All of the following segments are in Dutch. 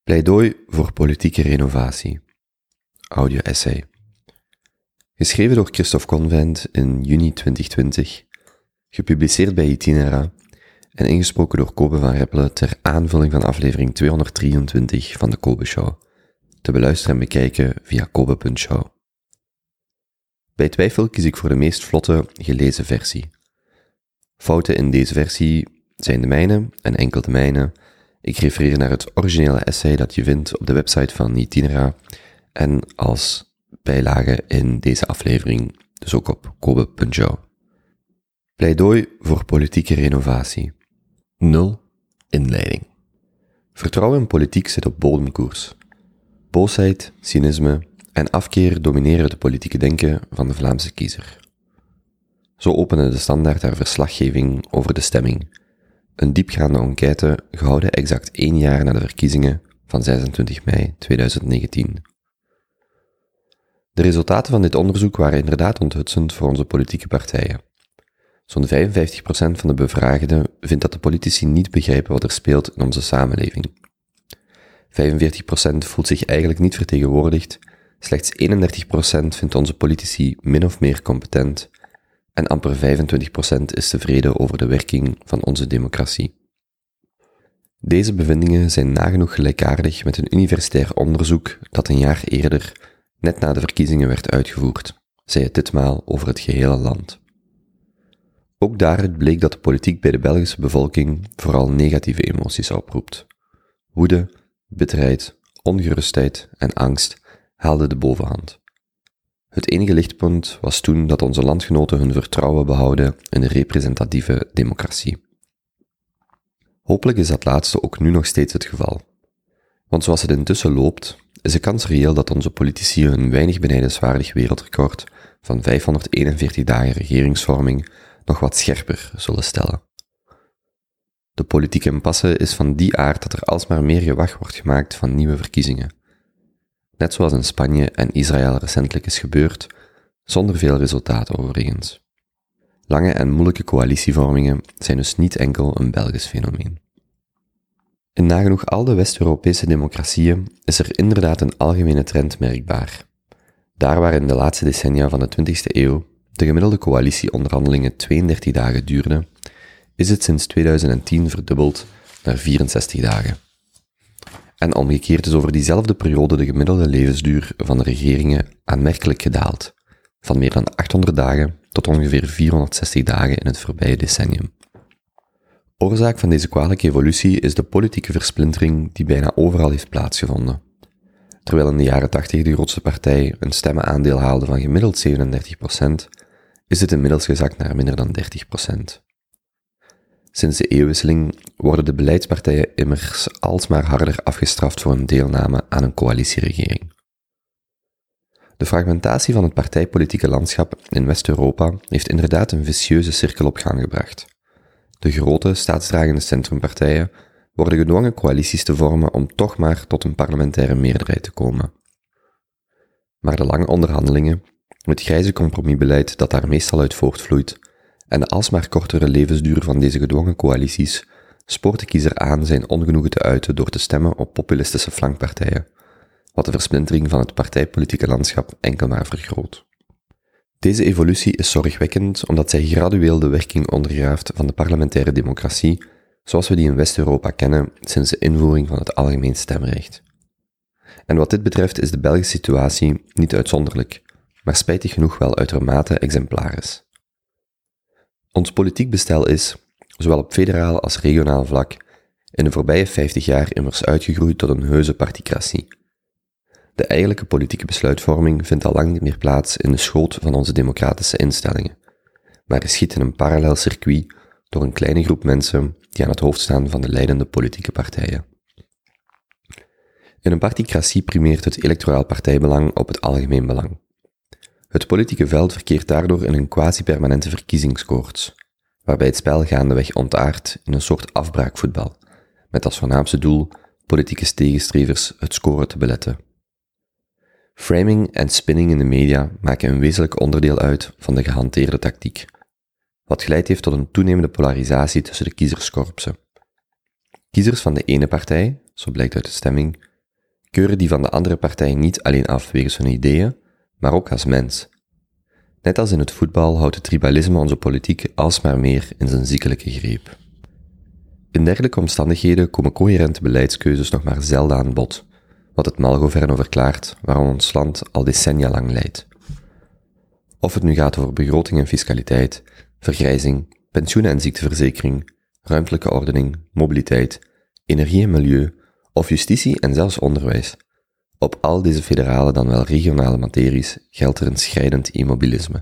Pleidooi voor politieke renovatie. Audio-essay. Geschreven door Christophe Convent in juni 2020, gepubliceerd bij Itinera en ingesproken door Kobe van Reppelen ter aanvulling van aflevering 223 van de Kobe Show. Te beluisteren en bekijken via kobe.show. Bij twijfel kies ik voor de meest vlotte, gelezen versie. Fouten in deze versie zijn de mijne en enkel de mijne. Ik refereer naar het originele essay dat je vindt op de website van Itinera en als bijlage in deze aflevering, dus ook op kobe.show. Pleidooi voor politieke renovatie. 0. Inleiding. Vertrouwen in politiek zit op bodemkoers. Boosheid, cynisme en afkeer domineren het politieke denken van de Vlaamse kiezer. Zo opende de Standaard haar verslaggeving over de stemming. Een diepgaande enquête gehouden exact 1 jaar na de verkiezingen van 26 mei 2019. De resultaten van dit onderzoek waren inderdaad onthutsend voor onze politieke partijen. Zo'n 55% van de bevraagden vindt dat de politici niet begrijpen wat er speelt in onze samenleving. 45% voelt zich eigenlijk niet vertegenwoordigd, slechts 31% vindt onze politici min of meer competent en amper 25% is tevreden over de werking van onze democratie. Deze bevindingen zijn nagenoeg gelijkaardig met een universitair onderzoek dat een jaar eerder, net na de verkiezingen, werd uitgevoerd, zij het ditmaal over het gehele land. Ook daaruit bleek dat de politiek bij de Belgische bevolking vooral negatieve emoties oproept. Woede, bitterheid, ongerustheid en angst haalden de bovenhand. Het enige lichtpunt was toen dat onze landgenoten hun vertrouwen behouden in de representatieve democratie. Hopelijk is dat laatste ook nu nog steeds het geval. Want zoals het intussen loopt, is de kans reëel dat onze politici hun weinig benijdenswaardig wereldrecord van 541 dagen regeringsvorming nog wat scherper zullen stellen. De politieke impasse is van die aard dat er alsmaar meer gewag wordt gemaakt van nieuwe verkiezingen. Net zoals in Spanje en Israël recentelijk is gebeurd, zonder veel resultaten overigens. Lange en moeilijke coalitievormingen zijn dus niet enkel een Belgisch fenomeen. In nagenoeg al de West-Europese democratieën is er inderdaad een algemene trend merkbaar. Daar waar in de laatste decennia van de 20e eeuw de gemiddelde coalitieonderhandelingen 32 dagen duurden, is het sinds 2010 verdubbeld naar 64 dagen. En omgekeerd is over diezelfde periode de gemiddelde levensduur van de regeringen aanmerkelijk gedaald, van meer dan 800 dagen tot ongeveer 460 dagen in het voorbije decennium. Oorzaak van deze kwalijke evolutie is de politieke versplintering die bijna overal heeft plaatsgevonden. Terwijl in de jaren 80 de grootste partij een stemmenaandeel haalde van gemiddeld 37%, is het inmiddels gezakt naar minder dan 30%. Sinds de eeuwwisseling worden de beleidspartijen immers alsmaar harder afgestraft voor hun deelname aan een coalitieregering. De fragmentatie van het partijpolitieke landschap in West-Europa heeft inderdaad een vicieuze cirkel op gang gebracht. De grote, staatsdragende centrumpartijen worden gedwongen coalities te vormen om toch maar tot een parlementaire meerderheid te komen. Maar de lange onderhandelingen, het grijze compromisbeleid dat daar meestal uit voortvloeit, en de alsmaar kortere levensduur van deze gedwongen coalities spoort de kiezer aan zijn ongenoegen te uiten door te stemmen op populistische flankpartijen, wat de versplintering van het partijpolitieke landschap enkel maar vergroot. Deze evolutie is zorgwekkend omdat zij gradueel de werking ondergraaft van de parlementaire democratie, zoals we die in West-Europa kennen sinds de invoering van het algemeen stemrecht. En wat dit betreft is de Belgische situatie niet uitzonderlijk, maar spijtig genoeg wel uitermate exemplarisch. Ons politiek bestel is, zowel op federaal als regionaal vlak, in de voorbije 50 jaar immers uitgegroeid tot een heuse particratie. De eigenlijke politieke besluitvorming vindt al lang niet meer plaats in de schoot van onze democratische instellingen, maar geschiet in een parallel circuit door een kleine groep mensen die aan het hoofd staan van de leidende politieke partijen. In een particratie primeert het electoraal partijbelang op het algemeen belang. Het politieke veld verkeert daardoor in een quasi-permanente verkiezingskoorts, waarbij het spel gaandeweg ontaardt in een soort afbraakvoetbal, met als voornaamste doel politieke tegenstrevers het scoren te beletten. Framing en spinning in de media maken een wezenlijk onderdeel uit van de gehanteerde tactiek, wat geleid heeft tot een toenemende polarisatie tussen de kiezerskorpsen. Kiezers van de ene partij, zo blijkt uit de stemming, keuren die van de andere partijen niet alleen af wegens hun ideeën, maar ook als mens. Net als in het voetbal houdt het tribalisme onze politiek alsmaar meer in zijn ziekelijke greep. In dergelijke omstandigheden komen coherente beleidskeuzes nog maar zelden aan bod, wat het Malgoverno verklaart waarom ons land al decennia lang leidt. Of het nu gaat over begroting en fiscaliteit, vergrijzing, pensioenen en ziekteverzekering, ruimtelijke ordening, mobiliteit, energie en milieu, of justitie en zelfs onderwijs. Op al deze federale dan wel regionale materies geldt er een schrijdend immobilisme.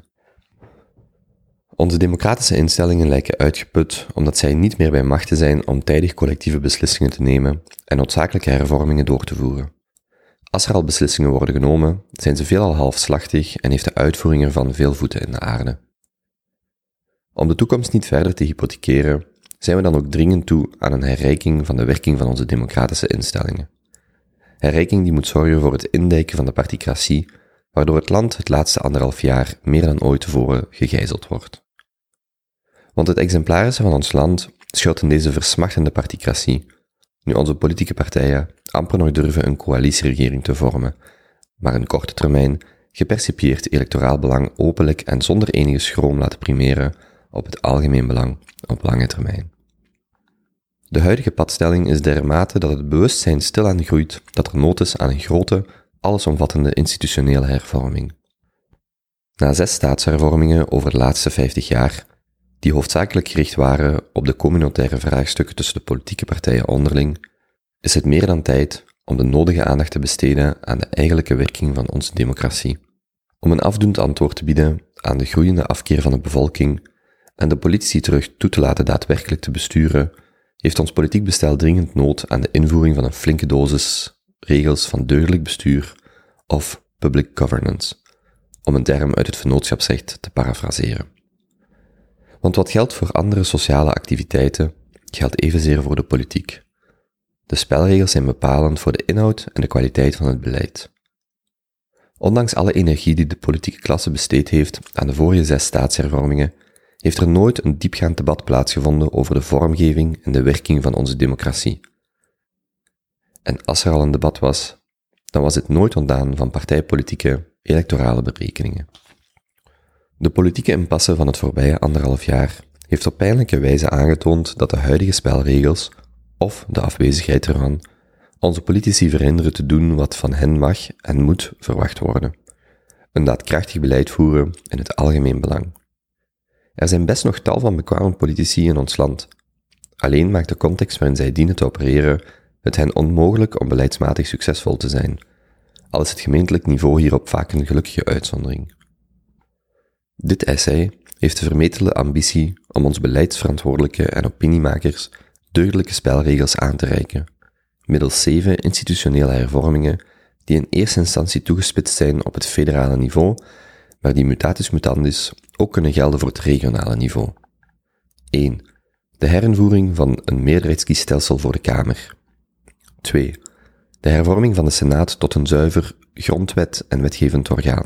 Onze democratische instellingen lijken uitgeput omdat zij niet meer bij machte zijn om tijdig collectieve beslissingen te nemen en noodzakelijke hervormingen door te voeren. Als er al beslissingen worden genomen, zijn ze veelal halfslachtig en heeft de uitvoering ervan veel voeten in de aarde. Om de toekomst niet verder te hypothekeren, zijn we dan ook dringend toe aan een herrijking van de werking van onze democratische instellingen. Herrijking die moet zorgen voor het indijken van de particratie, waardoor het land het laatste 1,5 jaar meer dan ooit tevoren gegijzeld wordt. Want het exemplarische van ons land schuilt in deze versmachtende particratie, nu onze politieke partijen amper nog durven een coalitieregering te vormen, maar een korte termijn gepercipieerd electoraal belang openlijk en zonder enige schroom laten primeren op het algemeen belang op lange termijn. De huidige padstelling is dermate dat het bewustzijn stilaan groeit dat er nood is aan een grote, allesomvattende institutionele hervorming. Na 6 staatshervormingen over de laatste 50 jaar, die hoofdzakelijk gericht waren op de communautaire vraagstukken tussen de politieke partijen onderling, is het meer dan tijd om de nodige aandacht te besteden aan de eigenlijke werking van onze democratie. Om een afdoend antwoord te bieden aan de groeiende afkeer van de bevolking en de politici terug toe te laten daadwerkelijk te besturen, heeft ons politiek bestel dringend nood aan de invoering van een flinke dosis regels van deugdelijk bestuur of public governance, om een term uit het vennootschapsrecht te parafraseren. Want wat geldt voor andere sociale activiteiten, geldt evenzeer voor de politiek. De spelregels zijn bepalend voor de inhoud en de kwaliteit van het beleid. Ondanks alle energie die de politieke klasse besteed heeft aan de vorige 6 staatshervormingen, heeft er nooit een diepgaand debat plaatsgevonden over de vormgeving en de werking van onze democratie. En als er al een debat was, dan was dit nooit ontdaan van partijpolitieke, electorale berekeningen. De politieke impasse van het voorbije 1,5 jaar heeft op pijnlijke wijze aangetoond dat de huidige spelregels, of de afwezigheid ervan, onze politici verhinderen te doen wat van hen mag en moet verwacht worden. Een daadkrachtig beleid voeren in het algemeen belang. Er zijn best nog tal van bekwame politici in ons land. Alleen maakt de context waarin zij dienen te opereren het hen onmogelijk om beleidsmatig succesvol te zijn, al is het gemeentelijk niveau hierop vaak een gelukkige uitzondering. Dit essay heeft de vermetele ambitie om ons beleidsverantwoordelijke en opiniemakers deugdelijke spelregels aan te reiken, middels 7 institutionele hervormingen die in eerste instantie toegespitst zijn op het federale niveau, maar die mutatis mutandis ook kunnen gelden voor het regionale niveau. 1. De herinvoering van een meerderheidskiesstelsel voor de Kamer. 2. De hervorming van de Senaat tot een zuiver grondwet en wetgevend orgaan.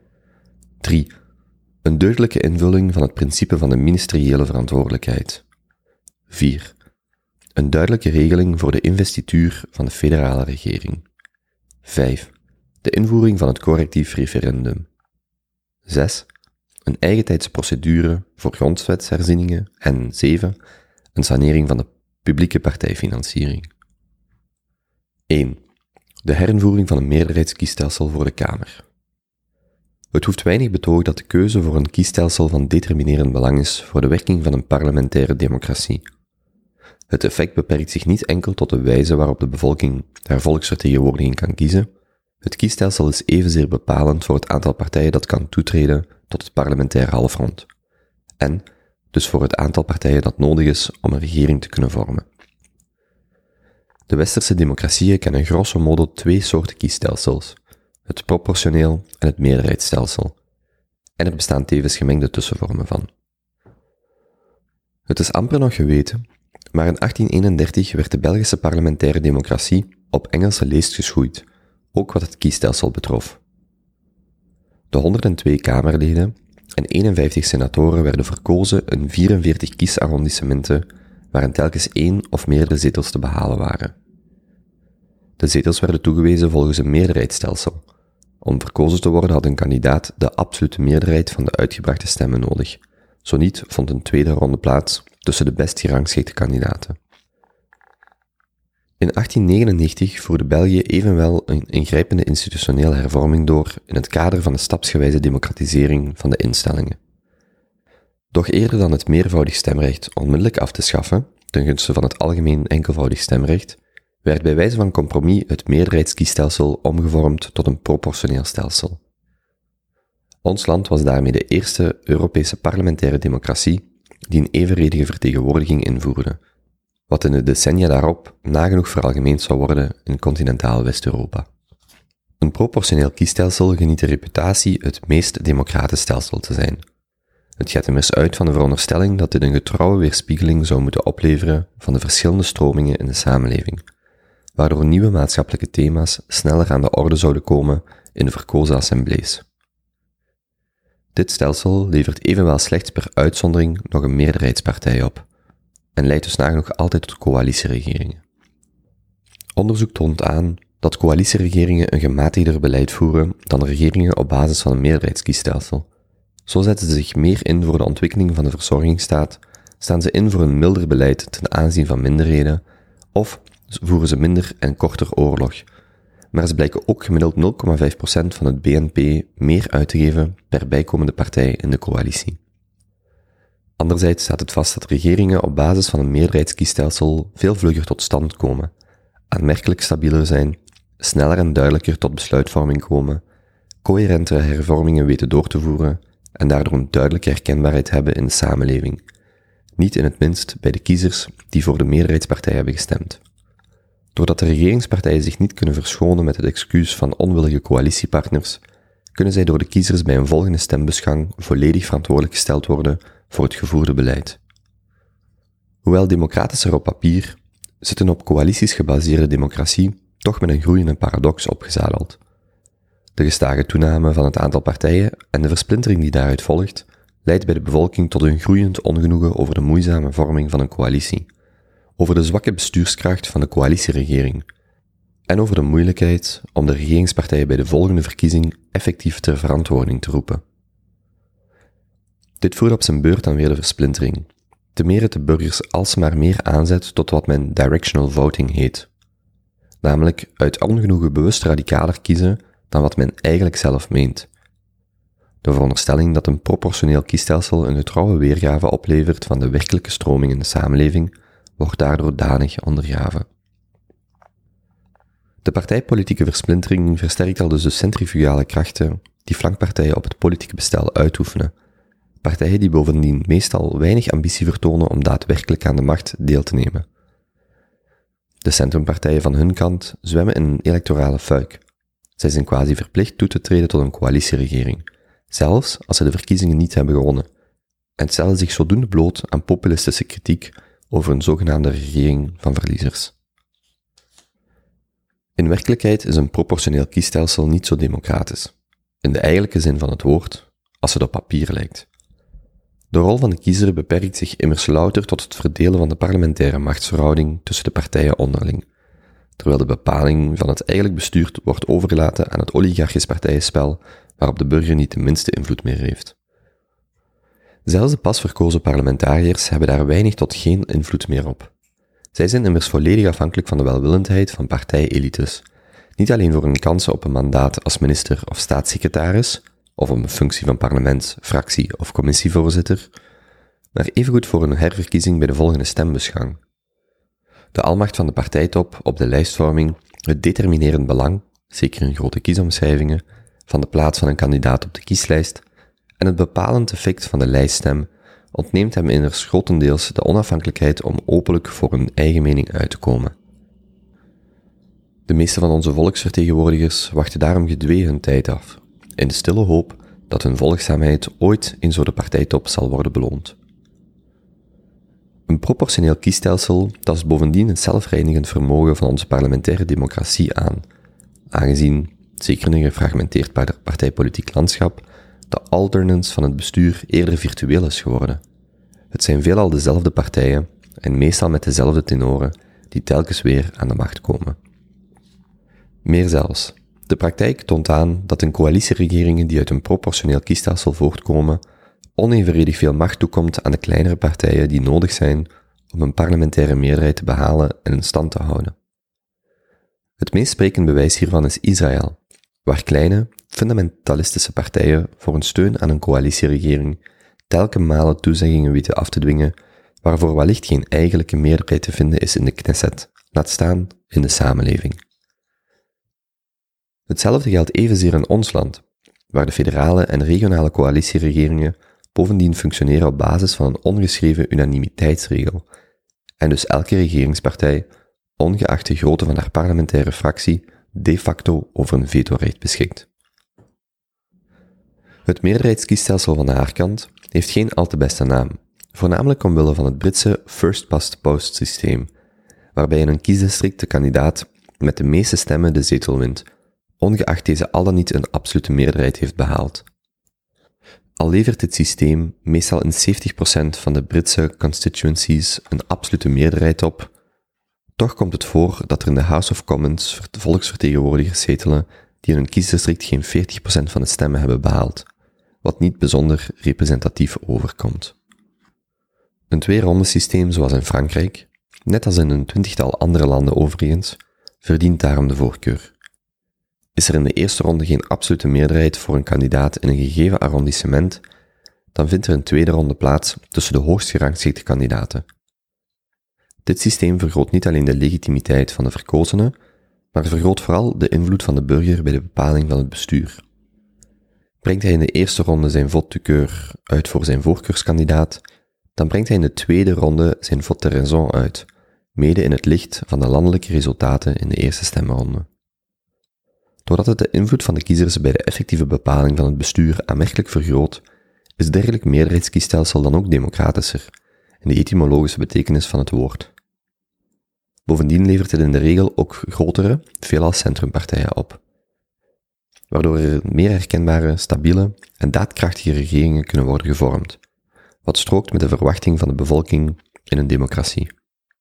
3. Een deugdelijke invulling van het principe van de ministeriële verantwoordelijkheid. 4. Een duidelijke regeling voor de investituur van de federale regering. 5. De invoering van het correctief referendum. 6. Een eigentijdse procedure voor grondwetsherzieningen. En 7. Een sanering van de publieke partijfinanciering. 1. De herinvoering van een meerderheidskiesstelsel voor de Kamer. Het hoeft weinig betoog dat de keuze voor een kiesstelsel van determinerend belang is voor de werking van een parlementaire democratie. Het effect beperkt zich niet enkel tot de wijze waarop de bevolking haar volksvertegenwoordiging kan kiezen. Het kiesstelsel is evenzeer bepalend voor het aantal partijen dat kan toetreden tot het parlementair halfrond. En dus voor het aantal partijen dat nodig is om een regering te kunnen vormen. De westerse democratieën kennen grosso modo 2 soorten kiesstelsels, het proportioneel en het meerderheidsstelsel, en er bestaan tevens gemengde tussenvormen van. Het is amper nog geweten, maar in 1831 werd de Belgische parlementaire democratie op Engelse leest geschoeid, ook wat het kiesstelsel betrof. De 102 Kamerleden en 51 senatoren werden verkozen in 44 kiesarrondissementen, waarin telkens 1 of meerdere zetels te behalen waren. De zetels werden toegewezen volgens een meerderheidsstelsel. Om verkozen te worden had een kandidaat de absolute meerderheid van de uitgebrachte stemmen nodig. Zo niet vond een tweede ronde plaats tussen de best gerangschikte kandidaten. In 1899 voerde België evenwel een ingrijpende institutionele hervorming door in het kader van de stapsgewijze democratisering van de instellingen. Doch eerder dan het meervoudig stemrecht onmiddellijk af te schaffen, ten gunste van het algemeen enkelvoudig stemrecht, werd bij wijze van compromis het meerderheidskiesstelsel omgevormd tot een proportioneel stelsel. Ons land was daarmee de eerste Europese parlementaire democratie die een evenredige vertegenwoordiging invoerde, wat in de decennia daarop nagenoeg veralgemeend zou worden in continentaal West-Europa. Een proportioneel kiesstelsel geniet de reputatie het meest democratisch stelsel te zijn. Het gaat immers uit van de veronderstelling dat dit een getrouwe weerspiegeling zou moeten opleveren van de verschillende stromingen in de samenleving, waardoor nieuwe maatschappelijke thema's sneller aan de orde zouden komen in de verkozen assemblees. Dit stelsel levert evenwel slechts per uitzondering nog een meerderheidspartij op, en leidt dus nagenoeg altijd tot coalitieregeringen. Onderzoek toont aan dat coalitieregeringen een gematigder beleid voeren dan regeringen op basis van een meerderheidskiesstelsel. Zo zetten ze zich meer in voor de ontwikkeling van de verzorgingsstaat, staan ze in voor een milder beleid ten aanzien van minderheden, of voeren ze minder en korter oorlog, maar ze blijken ook gemiddeld 0,5% van het BNP meer uit te geven per bijkomende partij in de coalitie. Anderzijds staat het vast dat regeringen op basis van een meerderheidskiesstelsel veel vlugger tot stand komen, aanmerkelijk stabieler zijn, sneller en duidelijker tot besluitvorming komen, coherentere hervormingen weten door te voeren en daardoor een duidelijke herkenbaarheid hebben in de samenleving, niet in het minst bij de kiezers die voor de meerderheidspartij hebben gestemd. Doordat de regeringspartijen zich niet kunnen verschonen met het excuus van onwillige coalitiepartners, kunnen zij door de kiezers bij een volgende stembusgang volledig verantwoordelijk gesteld worden voor het gevoerde beleid. Hoewel democratischer op papier, zit een op coalities gebaseerde democratie toch met een groeiende paradox opgezadeld. De gestage toename van het aantal partijen en de versplintering die daaruit volgt, leidt bij de bevolking tot een groeiend ongenoegen over de moeizame vorming van een coalitie, over de zwakke bestuurskracht van de coalitieregering en over de moeilijkheid om de regeringspartijen bij de volgende verkiezing effectief ter verantwoording te roepen. Dit voert op zijn beurt dan weer de versplintering, te meer het de burgers alsmaar meer aanzet tot wat men directional voting heet, namelijk uit ongenoegen bewust radicaler kiezen dan wat men eigenlijk zelf meent. De veronderstelling dat een proportioneel kiesstelsel een getrouwe weergave oplevert van de werkelijke stroming in de samenleving, wordt daardoor danig ondergraven. De partijpolitieke versplintering versterkt al dus de centrifugale krachten die flankpartijen op het politieke bestel uitoefenen, partijen die bovendien meestal weinig ambitie vertonen om daadwerkelijk aan de macht deel te nemen. De centrumpartijen van hun kant zwemmen in een electorale fuik. Zij zijn quasi verplicht toe te treden tot een coalitieregering, zelfs als ze de verkiezingen niet hebben gewonnen, en stellen zich zodoende bloot aan populistische kritiek over een zogenaamde regering van verliezers. In werkelijkheid is een proportioneel kiesstelsel niet zo democratisch, in de eigenlijke zin van het woord, als het op papier lijkt. De rol van de kiezer beperkt zich immers louter tot het verdelen van de parlementaire machtsverhouding tussen de partijen onderling, terwijl de bepaling van het eigenlijk bestuur wordt overgelaten aan het oligarchisch partijenspel waarop de burger niet de minste invloed meer heeft. Zelfs de pas verkozen parlementariërs hebben daar weinig tot geen invloed meer op. Zij zijn immers volledig afhankelijk van de welwillendheid van partijelites, niet alleen voor hun kansen op een mandaat als minister of staatssecretaris, of op een functie van parlement, fractie of commissievoorzitter, maar evengoed voor een herverkiezing bij de volgende stembusgang. De almacht van de partijtop op de lijstvorming, het determinerend belang, zeker in grote kiesomschrijvingen, van de plaats van een kandidaat op de kieslijst en het bepalend effect van de lijststem ontneemt hem immers grotendeels de onafhankelijkheid om openlijk voor hun eigen mening uit te komen. De meeste van onze volksvertegenwoordigers wachten daarom gedwee hun tijd af, in de stille hoop dat hun volgzaamheid ooit eens door de partijtop zal worden beloond. Een proportioneel kiesstelsel tast bovendien het zelfreinigend vermogen van onze parlementaire democratie aan, aangezien, zeker in een gefragmenteerd partijpolitiek landschap, de alternance van het bestuur eerder virtueel is geworden. Het zijn veelal dezelfde partijen, en meestal met dezelfde tenoren, die telkens weer aan de macht komen. Meer zelfs, de praktijk toont aan dat een coalitieregeringen die uit een proportioneel kiesstelsel voortkomen, onevenredig veel macht toekomt aan de kleinere partijen die nodig zijn om een parlementaire meerderheid te behalen en in stand te houden. Het meest sprekend bewijs hiervan is Israël, waar kleine, fundamentalistische partijen voor een steun aan een coalitieregering telkens malen toezeggingen weten af te dwingen, waarvoor wellicht geen eigenlijke meerderheid te vinden is in de Knesset, laat staan in de samenleving. Hetzelfde geldt evenzeer in ons land, waar de federale en regionale coalitieregeringen bovendien functioneren op basis van een ongeschreven unanimiteitsregel, en dus elke regeringspartij, ongeacht de grootte van haar parlementaire fractie, de facto over een vetorecht beschikt. Het meerderheidskiesstelsel van haar kant heeft geen al te beste naam, voornamelijk omwille van het Britse first-past-the-post systeem, waarbij in een kiesdistrict de kandidaat met de meeste stemmen de zetel wint, ongeacht deze al dan niet een absolute meerderheid heeft behaald. Al levert dit systeem meestal in 70% van de Britse constituencies een absolute meerderheid op, toch komt het voor dat er in de House of Commons volksvertegenwoordigers zetelen die in een kiesdistrict geen 40% van de stemmen hebben behaald, wat niet bijzonder representatief overkomt. Een tweerondensysteem zoals in Frankrijk, net als in een 20-tal andere landen overigens, verdient daarom de voorkeur. Is er in de eerste ronde geen absolute meerderheid voor een kandidaat in een gegeven arrondissement, dan vindt er een tweede ronde plaats tussen de hoogst gerangschikte kandidaten. Dit systeem vergroot niet alleen de legitimiteit van de verkozenen, maar vergroot vooral de invloed van de burger bij de bepaling van het bestuur. Brengt hij in de eerste ronde zijn vote de keur uit voor zijn voorkeurskandidaat, dan brengt hij in de tweede ronde zijn vote de raison uit, mede in het licht van de landelijke resultaten in de eerste stemronde. Doordat het de invloed van de kiezers bij de effectieve bepaling van het bestuur aanmerkelijk vergroot, is dergelijk meerderheidskiesstelsel dan ook democratischer, in de etymologische betekenis van het woord. Bovendien levert het in de regel ook grotere, veelal centrumpartijen op, waardoor er meer herkenbare, stabiele en daadkrachtige regeringen kunnen worden gevormd, wat strookt met de verwachting van de bevolking in een democratie.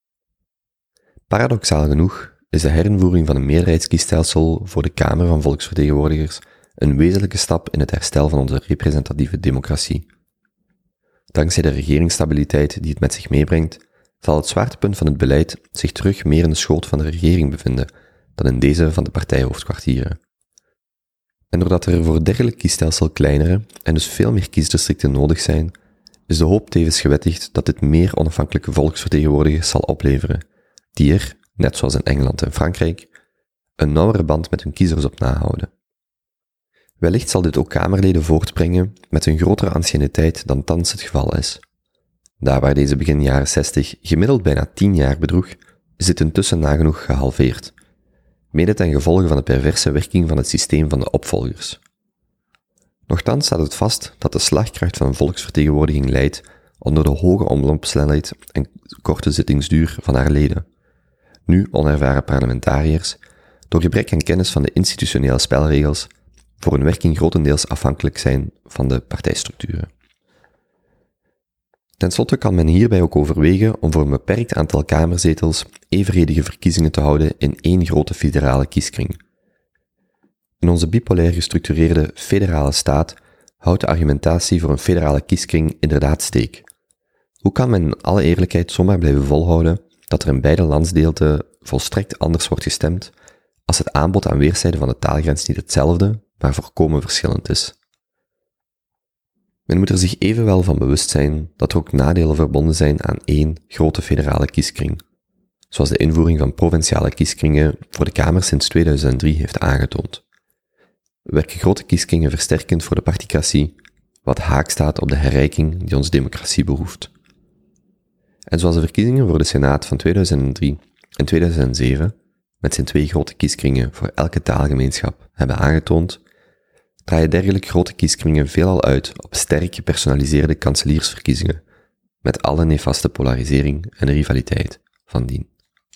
Paradoxaal genoeg is de herinvoering van een meerderheidskiesstelsel voor de Kamer van Volksvertegenwoordigers een wezenlijke stap in het herstel van onze representatieve democratie. Dankzij de regeringsstabiliteit die het met zich meebrengt, zal het zwaartepunt van het beleid zich terug meer in de schoot van de regering bevinden dan in deze van de partijhoofdkwartieren. En doordat er voor dergelijk kiesstelsel kleinere en dus veel meer kiesdistricten nodig zijn, is de hoop tevens gewettigd dat dit meer onafhankelijke volksvertegenwoordigers zal opleveren, die er, net zoals in Engeland en Frankrijk, een nauwere band met hun kiezers op nahouden. Wellicht zal dit ook Kamerleden voortbrengen met een grotere anciëniteit dan thans het geval is. Daar waar deze begin jaren 60 gemiddeld bijna 10 jaar bedroeg, is dit intussen nagenoeg gehalveerd, mede ten gevolge van de perverse werking van het systeem van de opvolgers. Nochtans staat het vast dat de slagkracht van een volksvertegenwoordiging leidt onder de hoge omloopsnelheid en korte zittingsduur van haar leden, nu onervaren parlementariërs, door gebrek aan kennis van de institutionele spelregels, voor hun werking grotendeels afhankelijk zijn van de partijstructuren. Ten slotte kan men hierbij ook overwegen om voor een beperkt aantal kamerzetels evenredige verkiezingen te houden in één grote federale kieskring. In onze bipolair gestructureerde federale staat houdt de argumentatie voor een federale kieskring inderdaad steek. Hoe kan men in alle eerlijkheid zomaar blijven volhouden dat er in beide landsdeelten volstrekt anders wordt gestemd, als het aanbod aan weerszijden van de taalgrens niet hetzelfde, maar volkomen verschillend is? Men moet er zich evenwel van bewust zijn dat er ook nadelen verbonden zijn aan één grote federale kieskring, zoals de invoering van provinciale kieskringen voor de Kamer sinds 2003 heeft aangetoond. Werken grote kieskringen versterkend voor de particratie, wat haak staat op de herrijking die onze democratie behoeft. En zoals de verkiezingen voor de Senaat van 2003 en 2007, met zijn 2 grote kieskringen voor elke taalgemeenschap, hebben aangetoond, draaien dergelijke grote kieskringen veelal uit op sterk gepersonaliseerde kanseliersverkiezingen, met alle nefaste polarisering en rivaliteit van dien.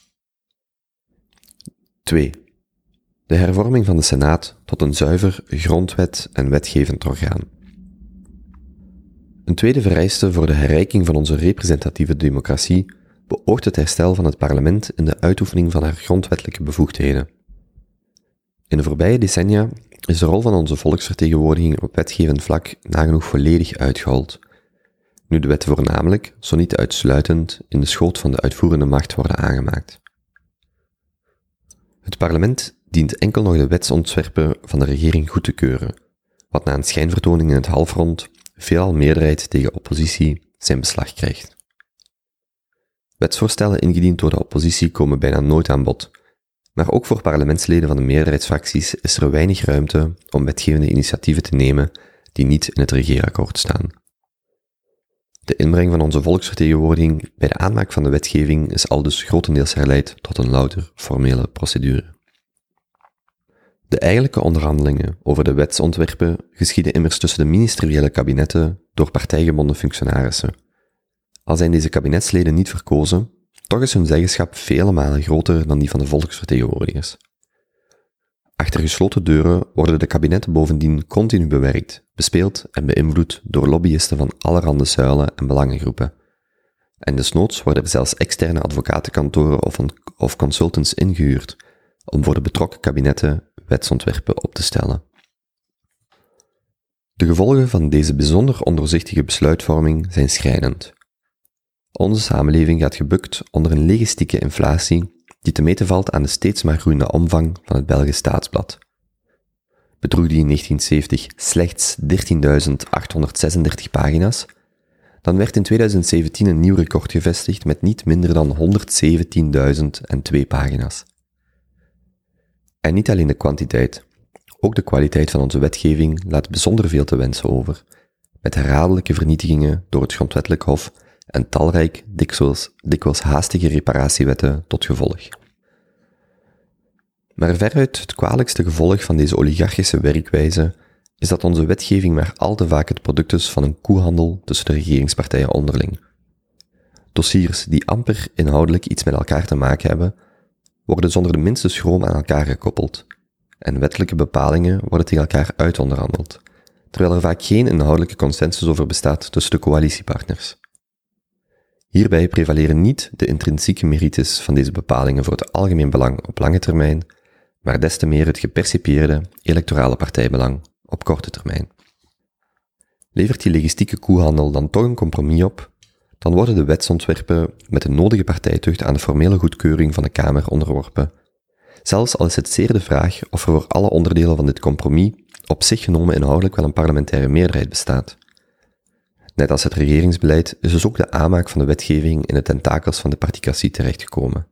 2. De hervorming van de Senaat tot een zuiver grondwet- en wetgevend orgaan. Een tweede vereiste voor de herrijking van onze representatieve democratie beoogt het herstel van het parlement in de uitoefening van haar grondwettelijke bevoegdheden. In de voorbije decennia is de rol van onze volksvertegenwoordiging op wetgevend vlak nagenoeg volledig uitgehold, nu de wetten voornamelijk, zo niet uitsluitend, in de schoot van de uitvoerende macht worden aangemaakt. Het parlement dient enkel nog de wetsontwerpen van de regering goed te keuren, wat na een schijnvertoning in het halfrond veelal meerderheid tegen oppositie zijn beslag krijgt. Wetsvoorstellen ingediend door de oppositie komen bijna nooit aan bod, maar ook voor parlementsleden van de meerderheidsfracties is er weinig ruimte om wetgevende initiatieven te nemen die niet in het regeerakkoord staan. De inbreng van onze volksvertegenwoordiging bij de aanmaak van de wetgeving is aldus grotendeels herleid tot een louter formele procedure. De eigenlijke onderhandelingen over de wetsontwerpen geschieden immers tussen de ministeriële kabinetten door partijgebonden functionarissen. Al zijn deze kabinetsleden niet verkozen, toch is hun zeggenschap vele malen groter dan die van de volksvertegenwoordigers. Achter gesloten deuren worden de kabinetten bovendien continu bewerkt, bespeeld en beïnvloed door lobbyisten van allerhande zuilen en belangengroepen. En desnoods worden er zelfs externe advocatenkantoren of consultants ingehuurd om voor de betrokken kabinetten wetsontwerpen op te stellen. De gevolgen van deze bijzonder ondoorzichtige besluitvorming zijn schrijnend. Onze samenleving gaat gebukt onder een logistieke inflatie die te meten valt aan de steeds maar groeiende omvang van het Belgisch Staatsblad. Bedroeg die in 1970 slechts 13.836 pagina's, dan werd in 2017 een nieuw record gevestigd met niet minder dan 117.002 pagina's. En niet alleen de kwantiteit, ook de kwaliteit van onze wetgeving laat bijzonder veel te wensen over, met herhaaldelijke vernietigingen door het Grondwettelijk Hof en talrijk, dikwijls haastige reparatiewetten tot gevolg. Maar veruit het kwalijkste gevolg van deze oligarchische werkwijze is dat onze wetgeving maar al te vaak het product is van een koehandel tussen de regeringspartijen onderling. Dossiers die amper inhoudelijk iets met elkaar te maken hebben, worden zonder de minste schroom aan elkaar gekoppeld, en wettelijke bepalingen worden tegen elkaar uitonderhandeld, terwijl er vaak geen inhoudelijke consensus over bestaat tussen de coalitiepartners. Hierbij prevaleren niet de intrinsieke merites van deze bepalingen voor het algemeen belang op lange termijn, maar des te meer het gepercipieerde electorale partijbelang op korte termijn. Levert die logistieke koehandel dan toch een compromis op, dan worden de wetsontwerpen met de nodige partijtucht aan de formele goedkeuring van de Kamer onderworpen, zelfs al is het zeer de vraag of er voor alle onderdelen van dit compromis op zich genomen inhoudelijk wel een parlementaire meerderheid bestaat. Net als het regeringsbeleid is dus ook de aanmaak van de wetgeving in de tentakels van de particratie terechtgekomen.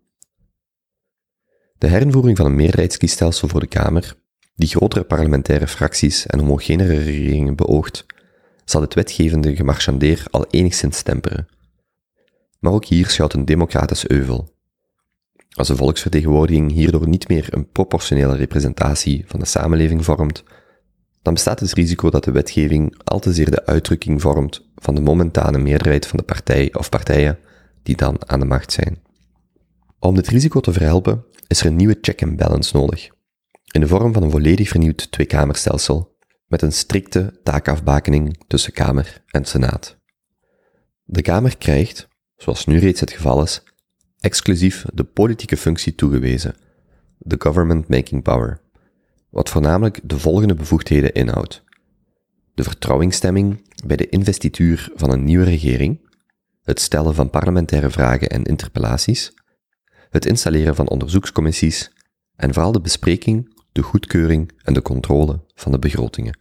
De herinvoering van een meerderheidskiesstelsel voor de Kamer, die grotere parlementaire fracties en homogenere regeringen beoogt, zal het wetgevende gemarchandeer al enigszins temperen. Maar ook hier schuilt een democratisch euvel. Als de volksvertegenwoordiging hierdoor niet meer een proportionele representatie van de samenleving vormt, dan bestaat het risico dat de wetgeving al te zeer de uitdrukking vormt van de momentane meerderheid van de partij of partijen die dan aan de macht zijn. Om dit risico te verhelpen is er een nieuwe check and balance nodig, in de vorm van een volledig vernieuwd tweekamerstelsel, met een strikte taakafbakening tussen Kamer en Senaat. De Kamer krijgt, zoals nu reeds het geval is, exclusief de politieke functie toegewezen, de government making power, wat voornamelijk de volgende bevoegdheden inhoudt: de vertrouwingsstemming bij de investituur van een nieuwe regering, het stellen van parlementaire vragen en interpellaties, het installeren van onderzoekscommissies en vooral de bespreking, de goedkeuring en de controle van de begrotingen.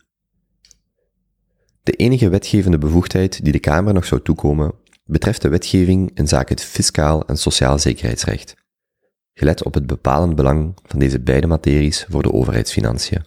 De enige wetgevende bevoegdheid die de Kamer nog zou toekomen, betreft de wetgeving inzake het fiscaal en sociaal zekerheidsrecht, gelet op het bepalend belang van deze beide materies voor de overheidsfinanciën.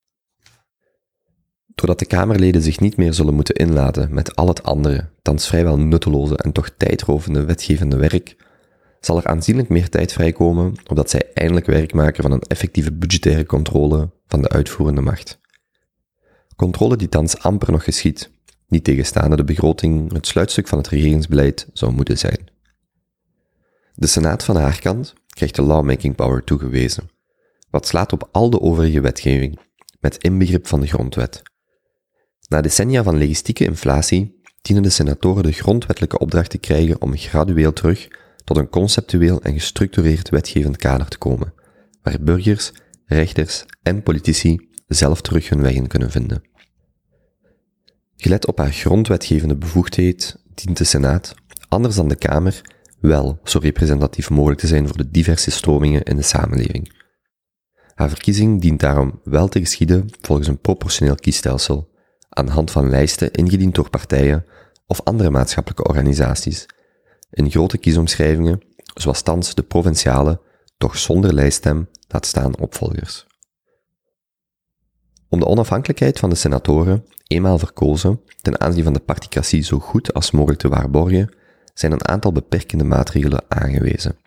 Doordat de Kamerleden zich niet meer zullen moeten inlaten met al het andere, thans vrijwel nutteloze en toch tijdrovende wetgevende werk, zal er aanzienlijk meer tijd vrijkomen opdat zij eindelijk werk maken van een effectieve budgettaire controle van de uitvoerende macht. Controle die thans amper nog geschiedt, niet tegenstaande de begroting het sluitstuk van het regeringsbeleid zou moeten zijn. De Senaat van haar kant krijgt de lawmaking power toegewezen, wat slaat op al de overige wetgeving, met inbegrip van de grondwet. Na decennia van logistieke inflatie dienen de senatoren de grondwettelijke opdracht te krijgen om gradueel terug tot een conceptueel en gestructureerd wetgevend kader te komen, waar burgers rechters en politici zelf terug hun weg in kunnen vinden. Gelet op haar grondwetgevende bevoegdheid dient de Senaat, anders dan de Kamer, wel zo representatief mogelijk te zijn voor de diverse stromingen in de samenleving. Haar verkiezing dient daarom wel te geschieden volgens een proportioneel kiesstelsel, aan de hand van lijsten ingediend door partijen of andere maatschappelijke organisaties, in grote kiesomschrijvingen, zoals thans de provinciale, doch zonder lijststem, laat staan opvolgers. Om de onafhankelijkheid van de senatoren, eenmaal verkozen, ten aanzien van de particratie zo goed als mogelijk te waarborgen, zijn een aantal beperkende maatregelen aangewezen.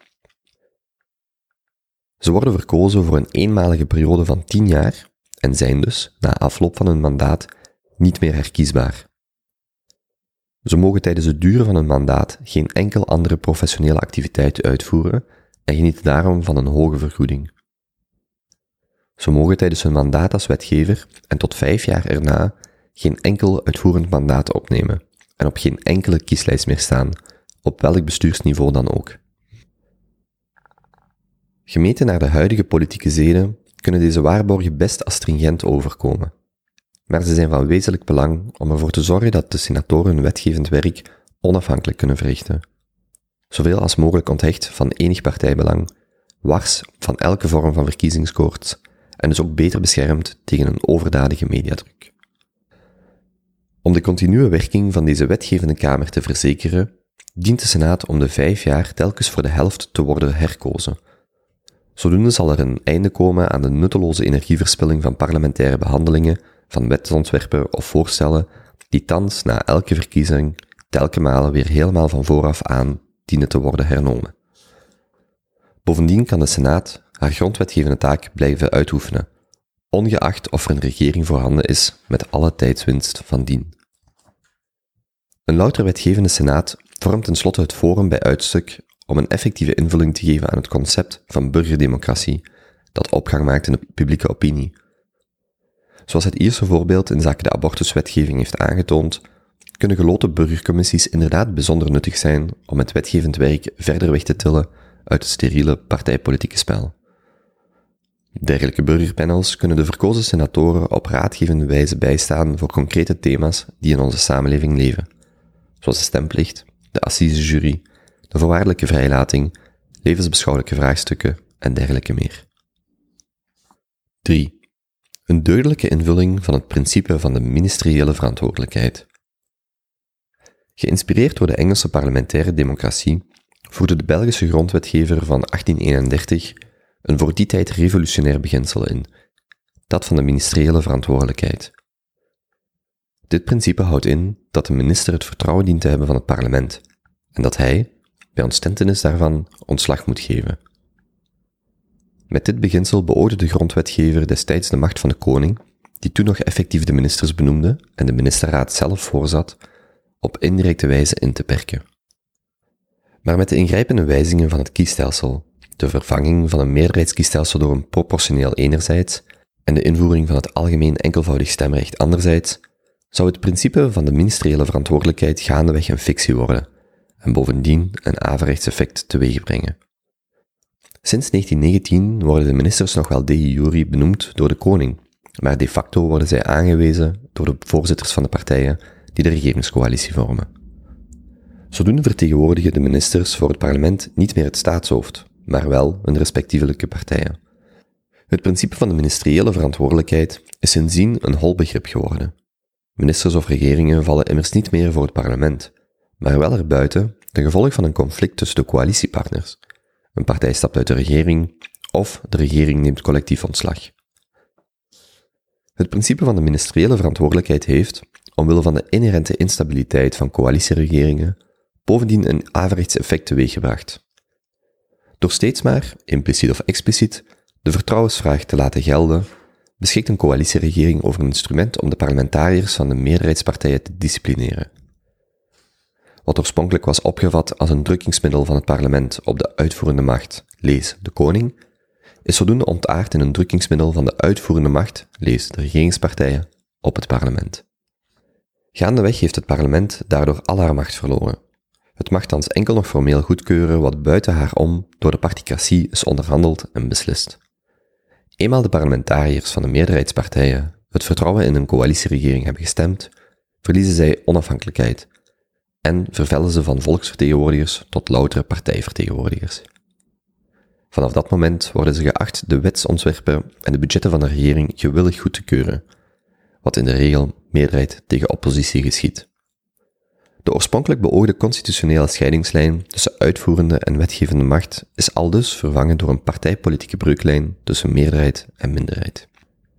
Ze worden verkozen voor een eenmalige periode van 10 jaar en zijn dus, na afloop van hun mandaat, niet meer herkiesbaar. Ze mogen tijdens het duren van hun mandaat geen enkel andere professionele activiteit uitvoeren en genieten daarom van een hoge vergoeding. Ze mogen tijdens hun mandaat als wetgever en tot 5 jaar erna geen enkel uitvoerend mandaat opnemen en op geen enkele kieslijst meer staan, op welk bestuursniveau dan ook. Gemeten naar de huidige politieke zeden kunnen deze waarborgen best als stringent overkomen. Maar ze zijn van wezenlijk belang om ervoor te zorgen dat de senatoren hun wetgevend werk onafhankelijk kunnen verrichten. Zoveel als mogelijk onthecht van enig partijbelang, wars van elke vorm van verkiezingskoorts en dus ook beter beschermd tegen een overdadige mediadruk. Om de continue werking van deze wetgevende kamer te verzekeren, dient de Senaat om de 5 jaar telkens voor de helft te worden herkozen. Zodoende zal er een einde komen aan de nutteloze energieverspilling van parlementaire behandelingen van wetsontwerpen of voorstellen die thans na elke verkiezing telkenmale weer helemaal van vooraf aan dienen te worden hernomen. Bovendien kan de Senaat haar grondwetgevende taak blijven uitoefenen, ongeacht of er een regering voorhanden is met alle tijdswinst van dien. Een louter wetgevende Senaat vormt tenslotte het forum bij uitstek om een effectieve invulling te geven aan het concept van burgerdemocratie, dat opgang maakt in de publieke opinie. Zoals het Ierse voorbeeld in zaken de abortuswetgeving heeft aangetoond, kunnen geloten burgercommissies inderdaad bijzonder nuttig zijn om het wetgevend werk verder weg te tillen uit het steriele partijpolitieke spel. Dergelijke burgerpanels kunnen de verkozen senatoren op raadgevende wijze bijstaan voor concrete thema's die in onze samenleving leven, zoals de stemplicht, de assisejury, de voorwaardelijke vrijlating, levensbeschouwelijke vraagstukken en dergelijke meer. 3. Een deugdelijke invulling van het principe van de ministeriële verantwoordelijkheid. Geïnspireerd door de Engelse parlementaire democratie voerde de Belgische grondwetgever van 1831 een voor die tijd revolutionair beginsel in, dat van de ministeriële verantwoordelijkheid. Dit principe houdt in dat de minister het vertrouwen dient te hebben van het parlement en dat hij, bij ontstentenis daarvan, ontslag moet geven. Met dit beginsel beoogde de grondwetgever destijds de macht van de koning, die toen nog effectief de ministers benoemde en de ministerraad zelf voorzat, op indirecte wijze in te perken. Maar met de ingrijpende wijzigingen van het kiesstelsel, de vervanging van een meerderheidskiesstelsel door een proportioneel enerzijds en de invoering van het algemeen enkelvoudig stemrecht anderzijds, zou het principe van de ministeriële verantwoordelijkheid gaandeweg een fictie worden en bovendien een averechts effect teweegbrengen. Sinds 1919 worden de ministers nog wel de jure benoemd door de koning, maar de facto worden zij aangewezen door de voorzitters van de partijen die de regeringscoalitie vormen. Zodoende vertegenwoordigen de ministers voor het parlement niet meer het staatshoofd, maar wel hun respectievelijke partijen. Het principe van de ministeriële verantwoordelijkheid is sindsdien een hol begrip geworden. Ministers of regeringen vallen immers niet meer voor het parlement, maar wel erbuiten ten gevolge van een conflict tussen de coalitiepartners. Een partij stapt uit de regering, of de regering neemt collectief ontslag. Het principe van de ministeriële verantwoordelijkheid heeft, omwille van de inherente instabiliteit van coalitieregeringen, bovendien een averechts effect teweeggebracht. Door steeds maar, impliciet of expliciet, de vertrouwensvraag te laten gelden, beschikt een coalitieregering over een instrument om de parlementariërs van de meerderheidspartijen te disciplineren. Wat oorspronkelijk was opgevat als een drukkingsmiddel van het parlement op de uitvoerende macht, lees de koning, is zodoende ontaard in een drukkingsmiddel van de uitvoerende macht, lees de regeringspartijen, op het parlement. Gaandeweg heeft het parlement daardoor al haar macht verloren. Het mag thans enkel nog formeel goedkeuren wat buiten haar om door de particratie is onderhandeld en beslist. Eenmaal de parlementariërs van de meerderheidspartijen het vertrouwen in een coalitieregering hebben gestemd, verliezen zij onafhankelijkheid en vervellen ze van volksvertegenwoordigers tot loutere partijvertegenwoordigers. Vanaf dat moment worden ze geacht de wetsontwerpen en de budgetten van de regering gewillig goed te keuren, wat in de regel meerderheid tegen oppositie geschiedt. De oorspronkelijk beoogde constitutionele scheidingslijn tussen uitvoerende en wetgevende macht is aldus vervangen door een partijpolitieke breuklijn tussen meerderheid en minderheid.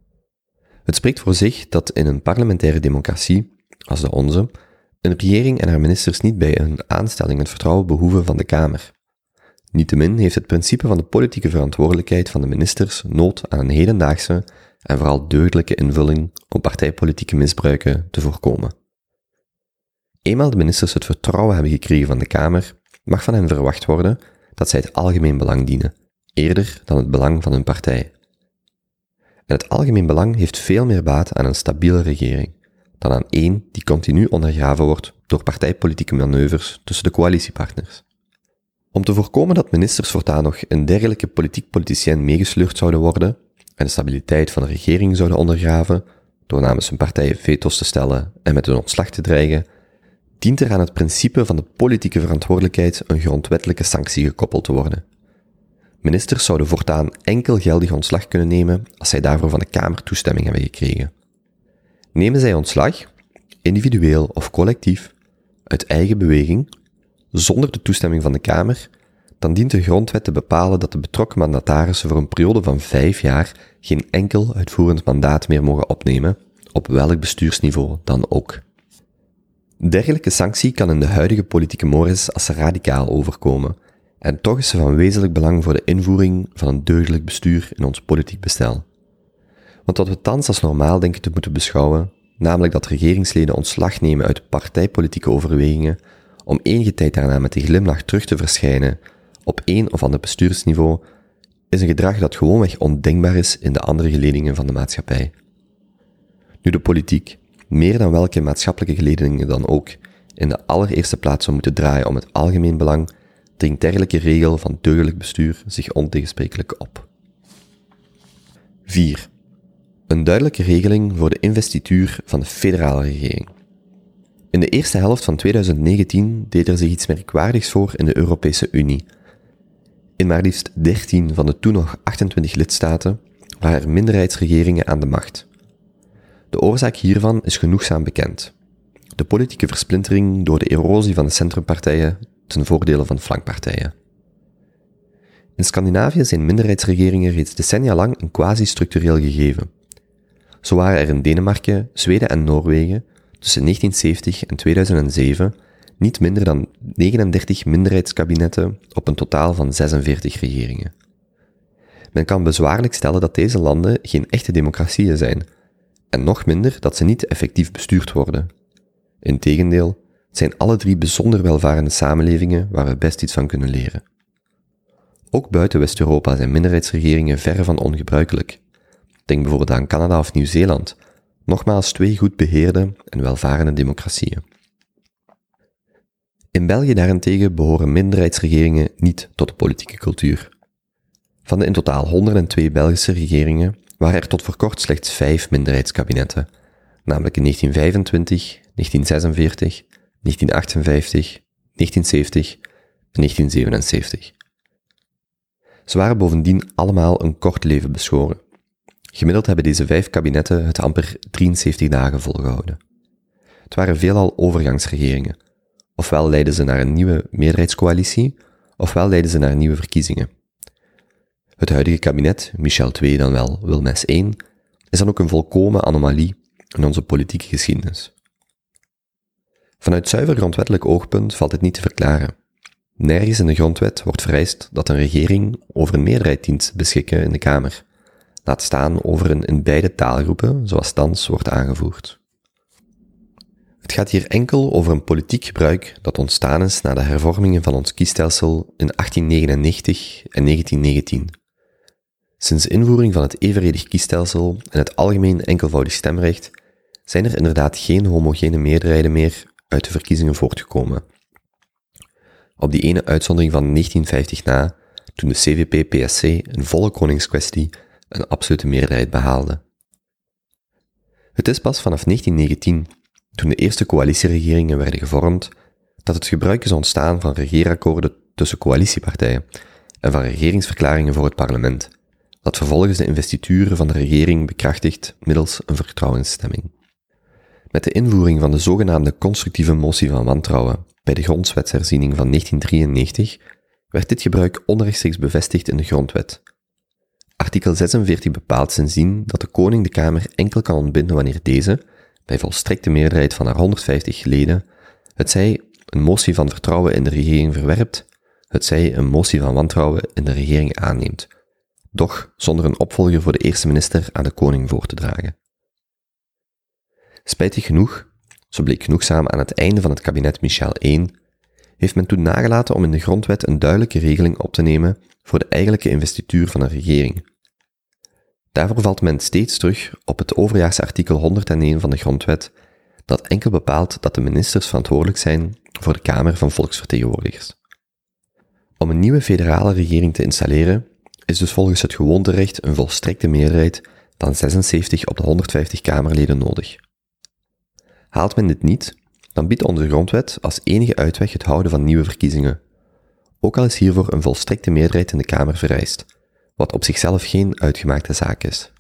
Het spreekt voor zich dat in een parlementaire democratie, als de onze, een regering en haar ministers niet bij hun aanstelling het vertrouwen behoeven van de Kamer. Niettemin heeft het principe van de politieke verantwoordelijkheid van de ministers nood aan een hedendaagse en vooral deugdelijke invulling om partijpolitieke misbruiken te voorkomen. Eenmaal de ministers het vertrouwen hebben gekregen van de Kamer, mag van hen verwacht worden dat zij het algemeen belang dienen, eerder dan het belang van hun partij. En het algemeen belang heeft veel meer baat aan een stabiele regering dan aan één die continu ondergraven wordt door partijpolitieke manoeuvres tussen de coalitiepartners. Om te voorkomen dat ministers voortaan nog een dergelijke politiek-politicien meegesleurd zouden worden en de stabiliteit van de regering zouden ondergraven door namens hun partij veto's te stellen en met hun ontslag te dreigen, dient er aan het principe van de politieke verantwoordelijkheid een grondwettelijke sanctie gekoppeld te worden. Ministers zouden voortaan enkel geldig ontslag kunnen nemen als zij daarvoor van de Kamer toestemming hebben gekregen. Nemen zij ontslag, individueel of collectief, uit eigen beweging, zonder de toestemming van de Kamer, dan dient de grondwet te bepalen dat de betrokken mandatarissen voor een periode van 5 jaar geen enkel uitvoerend mandaat meer mogen opnemen, op welk bestuursniveau dan ook. Dergelijke sanctie kan in de huidige politieke mores als radicaal overkomen, en toch is ze van wezenlijk belang voor de invoering van een deugdelijk bestuur in ons politiek bestel. Want wat we thans als normaal denken te moeten beschouwen, namelijk dat regeringsleden ontslag nemen uit partijpolitieke overwegingen, om enige tijd daarna met een glimlach terug te verschijnen op een of ander bestuursniveau, is een gedrag dat gewoonweg ondenkbaar is in de andere geledingen van de maatschappij. Nu de politiek, meer dan welke maatschappelijke geledingen dan ook, in de allereerste plaats zou moeten draaien om het algemeen belang, dringt dergelijke regel van deugdelijk bestuur zich ontegensprekelijk op. 4. Een duidelijke regeling voor de investituur van de federale regering. In de eerste helft van 2019 deed er zich iets merkwaardigs voor in de Europese Unie. In maar liefst 13 van de toen nog 28 lidstaten waren er minderheidsregeringen aan de macht. De oorzaak hiervan is genoegzaam bekend. De politieke versplintering door de erosie van de centrumpartijen ten voordele van flankpartijen. In Scandinavië zijn minderheidsregeringen reeds decennia lang een quasi-structureel gegeven. Zo waren er in Denemarken, Zweden en Noorwegen tussen 1970 en 2007 niet minder dan 39 minderheidskabinetten op een totaal van 46 regeringen. Men kan bezwaarlijk stellen dat deze landen geen echte democratieën zijn, en nog minder dat ze niet effectief bestuurd worden. Integendeel, het zijn alle 3 bijzonder welvarende samenlevingen waar we best iets van kunnen leren. Ook buiten West-Europa zijn minderheidsregeringen verre van ongebruikelijk. Denk bijvoorbeeld aan Canada of Nieuw-Zeeland, nogmaals 2 goed beheerde en welvarende democratieën. In België daarentegen behoren minderheidsregeringen niet tot de politieke cultuur. Van de in totaal 102 Belgische regeringen waren er tot voor kort slechts 5 minderheidskabinetten, namelijk in 1925, 1946, 1958, 1970 en 1977. Ze waren bovendien allemaal een kort leven beschoren. Gemiddeld hebben deze 5 kabinetten het amper 73 dagen volgehouden. Het waren veelal overgangsregeringen. Ofwel leidden ze naar een nieuwe meerderheidscoalitie, ofwel leidden ze naar nieuwe verkiezingen. Het huidige kabinet, Michel II dan wel Wilmès I, is dan ook een volkomen anomalie in onze politieke geschiedenis. Vanuit zuiver grondwettelijk oogpunt valt dit niet te verklaren. Nergens in de grondwet wordt vereist dat een regering over een meerderheid dient te beschikken in de Kamer, laat staan over een in beide taalgroepen, zoals thans wordt aangevoerd. Het gaat hier enkel over een politiek gebruik dat ontstaan is na de hervormingen van ons kiesstelsel in 1899 en 1919. Sinds de invoering van het evenredig kiesstelsel en het algemeen enkelvoudig stemrecht zijn er inderdaad geen homogene meerderheden meer uit de verkiezingen voortgekomen. Op die ene uitzondering van 1950 na, toen de CVP-PSC een volle koningskwestie een absolute meerderheid behaalde. Het is pas vanaf 1919, toen de eerste coalitieregeringen werden gevormd, dat het gebruik is ontstaan van regeerakkoorden tussen coalitiepartijen en van regeringsverklaringen voor het parlement, dat vervolgens de investituren van de regering bekrachtigt middels een vertrouwensstemming. Met de invoering van de zogenaamde constructieve motie van wantrouwen bij de grondwetsherziening van 1993 werd dit gebruik onrechtstreeks bevestigd in de grondwet. Artikel 46 bepaalt sindsdien dat de koning de Kamer enkel kan ontbinden wanneer deze, bij volstrekte meerderheid van haar 150 leden, hetzij een motie van vertrouwen in de regering verwerpt, hetzij een motie van wantrouwen in de regering aanneemt, doch zonder een opvolger voor de eerste minister aan de koning voor te dragen. Spijtig genoeg, zo bleek genoegzaam aan het einde van het kabinet Michel I, heeft men toen nagelaten om in de grondwet een duidelijke regeling op te nemen voor de eigenlijke investituur van een regering. Daarvoor valt men steeds terug op het overjaarse artikel 101 van de grondwet, dat enkel bepaalt dat de ministers verantwoordelijk zijn voor de Kamer van Volksvertegenwoordigers. Om een nieuwe federale regering te installeren, is dus volgens het gewoonterecht een volstrekte meerderheid van 76 op de 150 Kamerleden nodig. Haalt men dit niet, dan biedt onze grondwet als enige uitweg het houden van nieuwe verkiezingen, ook al is hiervoor een volstrekte meerderheid in de Kamer vereist, wat op zichzelf geen uitgemaakte zaak is.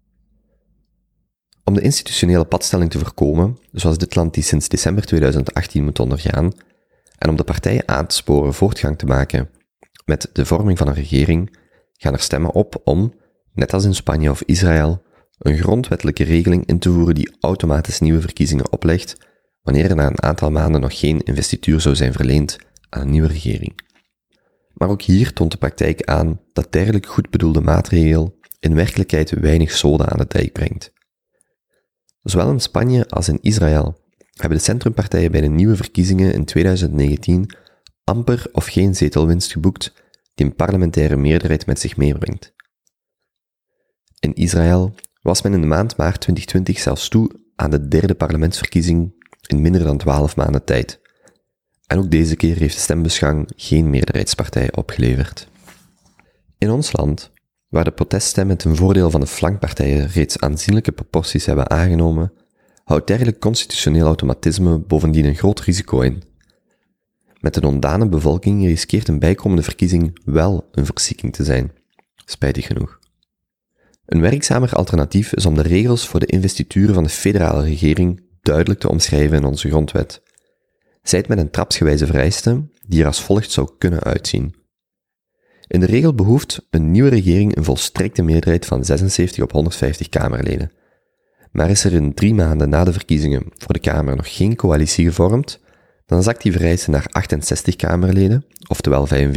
Om de institutionele padstelling te voorkomen, zoals dit land die sinds december 2018 moet ondergaan, en om de partijen aan te sporen voortgang te maken met de vorming van een regering, gaan er stemmen op om, net als in Spanje of Israël, een grondwettelijke regeling in te voeren die automatisch nieuwe verkiezingen oplegt, wanneer er na een aantal maanden nog geen investituur zou zijn verleend aan een nieuwe regering. Maar ook hier toont de praktijk aan dat dergelijke goed bedoelde maatregel in werkelijkheid weinig zoden aan de dijk brengt. Zowel in Spanje als in Israël hebben de centrumpartijen bij de nieuwe verkiezingen in 2019 amper of geen zetelwinst geboekt die een parlementaire meerderheid met zich meebrengt. In Israël was men in de maand maart 2020 zelfs toe aan de derde parlementsverkiezing in minder dan 12 maanden tijd. En ook deze keer heeft de stembusgang geen meerderheidspartij opgeleverd. In ons land, waar de proteststemmen ten voordeel van de flankpartijen reeds aanzienlijke proporties hebben aangenomen, houdt dergelijk constitutioneel automatisme bovendien een groot risico in. Met een ondane bevolking riskeert een bijkomende verkiezing wel een verzieking te zijn, spijtig genoeg. Een werkzamer alternatief is om de regels voor de investituur van de federale regering duidelijk te omschrijven in onze grondwet. Zijt met een trapsgewijze vereiste die er als volgt zou kunnen uitzien. In de regel behoeft een nieuwe regering een volstrekte meerderheid van 76 op 150 Kamerleden. Maar is er in 3 maanden na de verkiezingen voor de Kamer nog geen coalitie gevormd, dan zakt die vereiste naar 68 Kamerleden, oftewel 45%,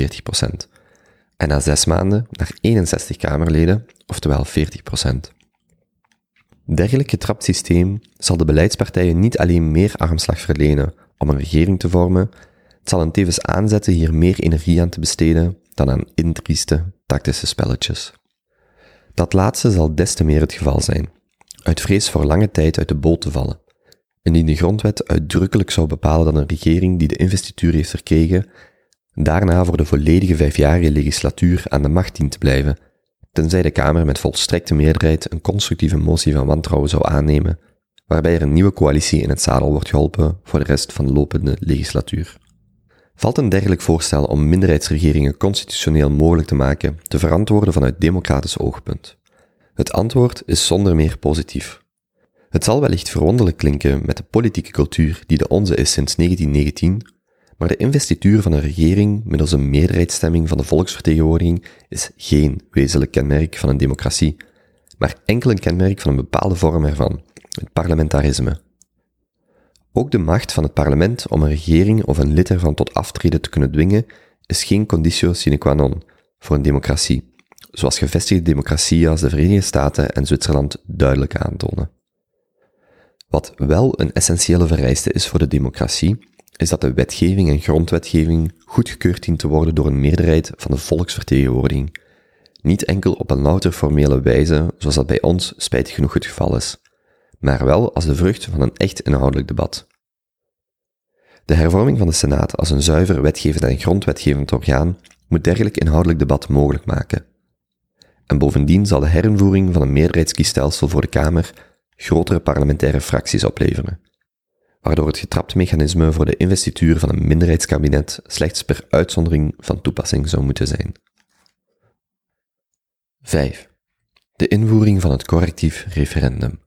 en na 6 maanden naar 61 Kamerleden, oftewel 40%. Dergelijk getrapt systeem zal de beleidspartijen niet alleen meer armslag verlenen om een regering te vormen, het zal hen tevens aanzetten hier meer energie aan te besteden dan aan intrieste, tactische spelletjes. Dat laatste zal des te meer het geval zijn, uit vrees voor lange tijd uit de boot te vallen, indien de grondwet uitdrukkelijk zou bepalen dat een regering die de investituur heeft verkregen, daarna voor de volledige 5-jarige legislatuur aan de macht dient te blijven, tenzij de Kamer met volstrekte meerderheid een constructieve motie van wantrouwen zou aannemen, waarbij er een nieuwe coalitie in het zadel wordt geholpen voor de rest van de lopende legislatuur. Valt een dergelijk voorstel om minderheidsregeringen constitutioneel mogelijk te maken te verantwoorden vanuit democratisch oogpunt? Het antwoord is zonder meer positief. Het zal wellicht verwonderlijk klinken met de politieke cultuur die de onze is sinds 1919, maar de investituur van een regering middels een meerderheidsstemming van de volksvertegenwoordiging is geen wezenlijk kenmerk van een democratie, maar enkel een kenmerk van een bepaalde vorm ervan, het parlementarisme. Ook de macht van het parlement om een regering of een lid ervan tot aftreden te kunnen dwingen is geen conditio sine qua non voor een democratie, zoals gevestigde democratieën als de Verenigde Staten en Zwitserland duidelijk aantonen. Wat wel een essentiële vereiste is voor de democratie, is dat de wetgeving en grondwetgeving goedgekeurd dient te worden door een meerderheid van de volksvertegenwoordiging, niet enkel op een louter formele wijze, zoals dat bij ons spijtig genoeg het geval is, maar wel als de vrucht van een echt inhoudelijk debat. De hervorming van de Senaat als een zuiver wetgevend en grondwetgevend orgaan moet dergelijk inhoudelijk debat mogelijk maken. En bovendien zal de herinvoering van een meerderheidskiesstelsel voor de Kamer grotere parlementaire fracties opleveren, waardoor het getrapte-mechanisme voor de investituur van een minderheidskabinet slechts per uitzondering van toepassing zou moeten zijn. 5. De invoering van het correctief referendum.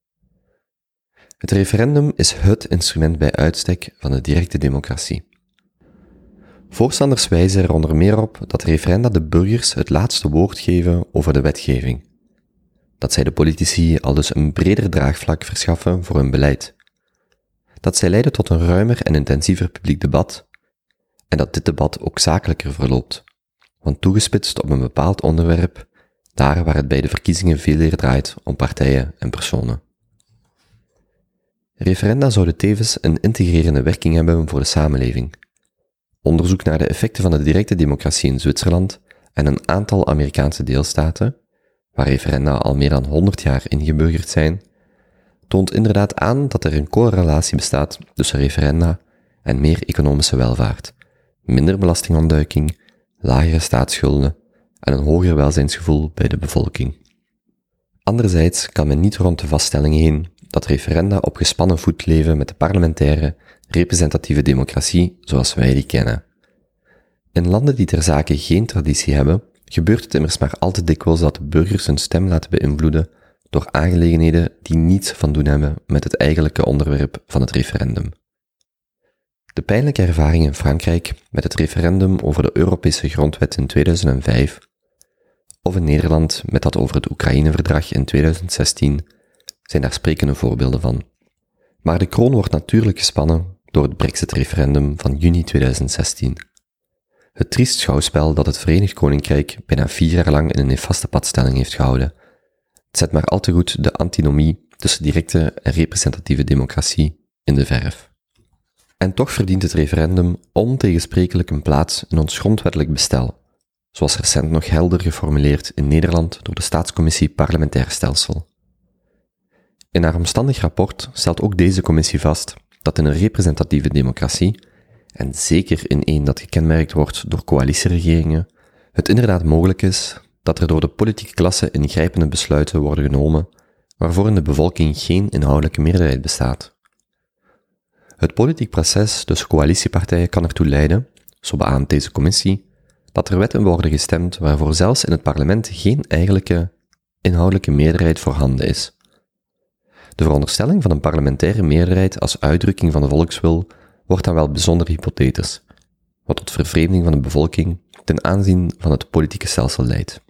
Het referendum is het instrument bij uitstek van de directe democratie. Voorstanders wijzen er onder meer op dat referenda de burgers het laatste woord geven over de wetgeving. Dat zij de politici aldus een breder draagvlak verschaffen voor hun beleid. Dat zij leiden tot een ruimer en intensiever publiek debat, en dat dit debat ook zakelijker verloopt, want toegespitst op een bepaald onderwerp, daar waar het bij de verkiezingen veel eer draait om partijen en personen. Referenda zouden tevens een integrerende werking hebben voor de samenleving. Onderzoek naar de effecten van de directe democratie in Zwitserland en een aantal Amerikaanse deelstaten, waar referenda al meer dan 100 jaar ingeburgerd zijn, toont inderdaad aan dat er een correlatie bestaat tussen referenda en meer economische welvaart, minder belastingontduiking, lagere staatsschulden en een hoger welzijnsgevoel bij de bevolking. Anderzijds kan men niet rond de vaststelling heen dat referenda op gespannen voet leven met de parlementaire, representatieve democratie zoals wij die kennen. In landen die ter zake geen traditie hebben, gebeurt het immers maar al te dikwijls dat de burgers hun stem laten beïnvloeden door aangelegenheden die niets van doen hebben met het eigenlijke onderwerp van het referendum. De pijnlijke ervaring in Frankrijk met het referendum over de Europese grondwet in 2005, of in Nederland met dat over het Oekraïne-verdrag in 2016, zijn daar sprekende voorbeelden van. Maar de kroon wordt natuurlijk gespannen door het Brexit-referendum van juni 2016. Het triest schouwspel dat het Verenigd Koninkrijk bijna 4 jaar lang in een nefaste padstelling heeft gehouden. Het zet maar al te goed de antinomie tussen directe en representatieve democratie in de verf. En toch verdient het referendum ontegensprekelijk een plaats in ons grondwettelijk bestel, zoals recent nog helder geformuleerd in Nederland door de Staatscommissie Parlementair Stelsel. In haar omstandig rapport stelt ook deze commissie vast dat in een representatieve democratie, en zeker in één dat gekenmerkt wordt door coalitieregeringen, het inderdaad mogelijk is dat er door de politieke klasse ingrijpende besluiten worden genomen, waarvoor in de bevolking geen inhoudelijke meerderheid bestaat. Het politiek proces tussen coalitiepartijen kan ertoe leiden, zo beaamt deze commissie, dat er wetten worden gestemd waarvoor zelfs in het parlement geen eigenlijke inhoudelijke meerderheid voorhanden is. De veronderstelling van een parlementaire meerderheid als uitdrukking van de volkswil wordt dan wel bijzonder hypothetisch, wat tot vervreemding van de bevolking ten aanzien van het politieke stelsel leidt.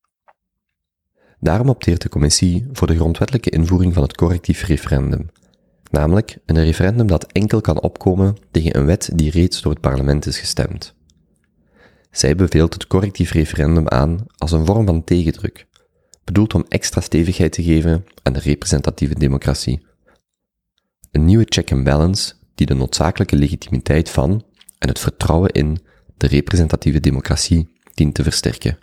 Daarom opteert de commissie voor de grondwettelijke invoering van het correctief referendum, namelijk een referendum dat enkel kan opkomen tegen een wet die reeds door het parlement is gestemd. Zij beveelt het correctief referendum aan als een vorm van tegendruk, bedoeld om extra stevigheid te geven aan de representatieve democratie. Een nieuwe check and balance die de noodzakelijke legitimiteit van en het vertrouwen in de representatieve democratie dient te versterken.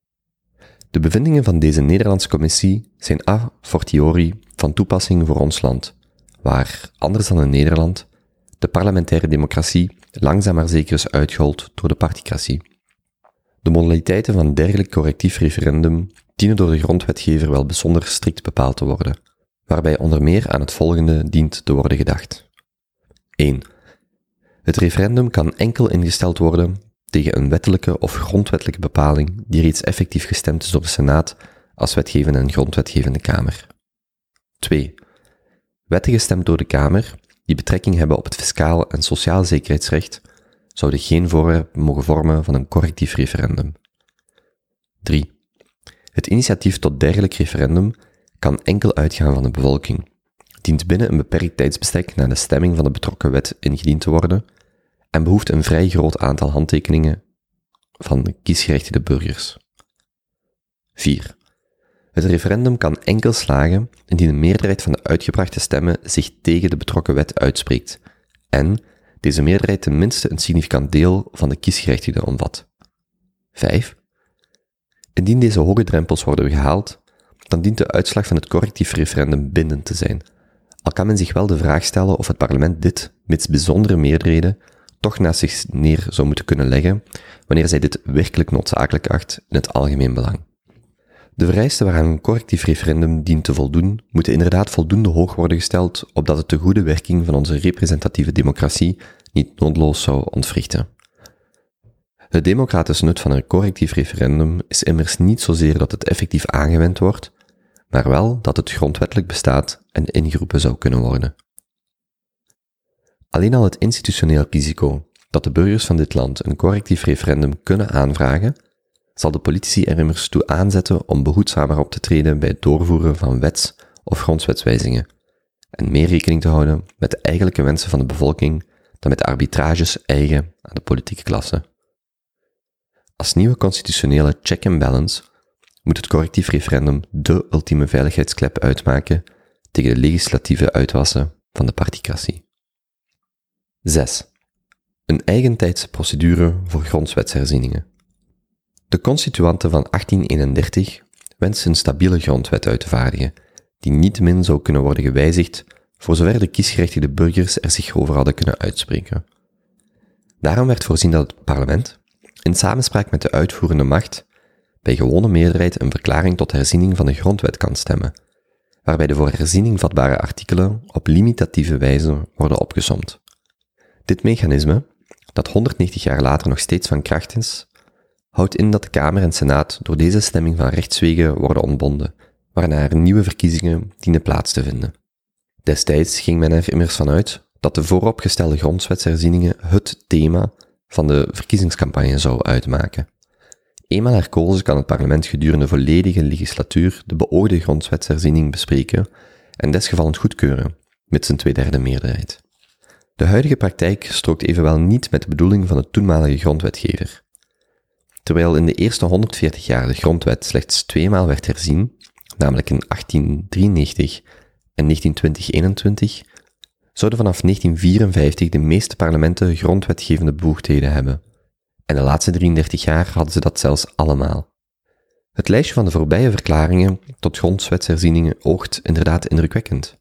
De bevindingen van deze Nederlandse commissie zijn a fortiori van toepassing voor ons land, waar, anders dan in Nederland, de parlementaire democratie langzaam maar zeker is uitgehold door de particratie. De modaliteiten van een dergelijk correctief referendum dienen door de grondwetgever wel bijzonder strikt bepaald te worden, waarbij onder meer aan het volgende dient te worden gedacht. 1. Het referendum kan enkel ingesteld worden tegen een wettelijke of grondwettelijke bepaling die reeds effectief gestemd is door de Senaat als wetgevende en grondwetgevende Kamer. 2. Wetten gestemd door de Kamer, die betrekking hebben op het fiscaal en sociaal zekerheidsrecht, zouden geen voorwerp mogen vormen van een correctief referendum. 3. Het initiatief tot dergelijk referendum kan enkel uitgaan van de bevolking, dient binnen een beperkt tijdsbestek na de stemming van de betrokken wet ingediend te worden en behoeft een vrij groot aantal handtekeningen van de kiesgerechtigde burgers. 4. Het referendum kan enkel slagen indien een meerderheid van de uitgebrachte stemmen zich tegen de betrokken wet uitspreekt en deze meerderheid tenminste een significant deel van de kiesgerechtigden omvat. 5. Indien deze hoge drempels worden gehaald, dan dient de uitslag van het correctief referendum bindend te zijn, al kan men zich wel de vraag stellen of het parlement dit, mits bijzondere meerderheden, toch naast zich neer zou moeten kunnen leggen, wanneer zij dit werkelijk noodzakelijk acht in het algemeen belang. De vereisten waaraan een correctief referendum dient te voldoen, moeten inderdaad voldoende hoog worden gesteld, opdat het de goede werking van onze representatieve democratie niet noodloos zou ontwrichten. Het democratisch nut van een correctief referendum is immers niet zozeer dat het effectief aangewend wordt, maar wel dat het grondwettelijk bestaat en ingeroepen zou kunnen worden. Alleen al het institutioneel risico dat de burgers van dit land een correctief referendum kunnen aanvragen, zal de politici er immers toe aanzetten om behoedzamer op te treden bij het doorvoeren van wets- of grondwetswijzigingen en meer rekening te houden met de eigenlijke wensen van de bevolking dan met de arbitrages eigen aan de politieke klasse. Als nieuwe constitutionele check and balance moet het correctief referendum de ultieme veiligheidsklep uitmaken tegen de legislatieve uitwassen van de particratie. 6. Een eigentijdse procedure voor grondwetsherzieningen. De constituanten van 1831 wensen een stabiele grondwet uit te vaardigen, die niettemin zou kunnen worden gewijzigd voor zover de kiesgerechtigde burgers er zich over hadden kunnen uitspreken. Daarom werd voorzien dat het parlement, in samenspraak met de uitvoerende macht, bij gewone meerderheid een verklaring tot herziening van de grondwet kan stemmen, waarbij de voor herziening vatbare artikelen op limitatieve wijze worden opgesomd. Dit mechanisme, dat 190 jaar later nog steeds van kracht is, houdt in dat de Kamer en Senaat door deze stemming van rechtswege worden ontbonden, waarna er nieuwe verkiezingen dienen plaats te vinden. Destijds ging men er immers vanuit dat de vooropgestelde grondwetsherzieningen het thema van de verkiezingscampagne zou uitmaken. Eenmaal herkozen kan het parlement gedurende de volledige legislatuur de beoogde grondwetsherziening bespreken en desgevallend goedkeuren, mits een 2/3 meerderheid. De huidige praktijk strookt evenwel niet met de bedoeling van de toenmalige grondwetgever. Terwijl in de eerste 140 jaar de grondwet slechts 2 maal werd herzien, namelijk in 1893 en 1920-21, zouden vanaf 1954 de meeste parlementen grondwetgevende bevoegdheden hebben. En de laatste 33 jaar hadden ze dat zelfs allemaal. Het lijstje van de voorbije verklaringen tot grondwetsherzieningen oogt inderdaad indrukwekkend.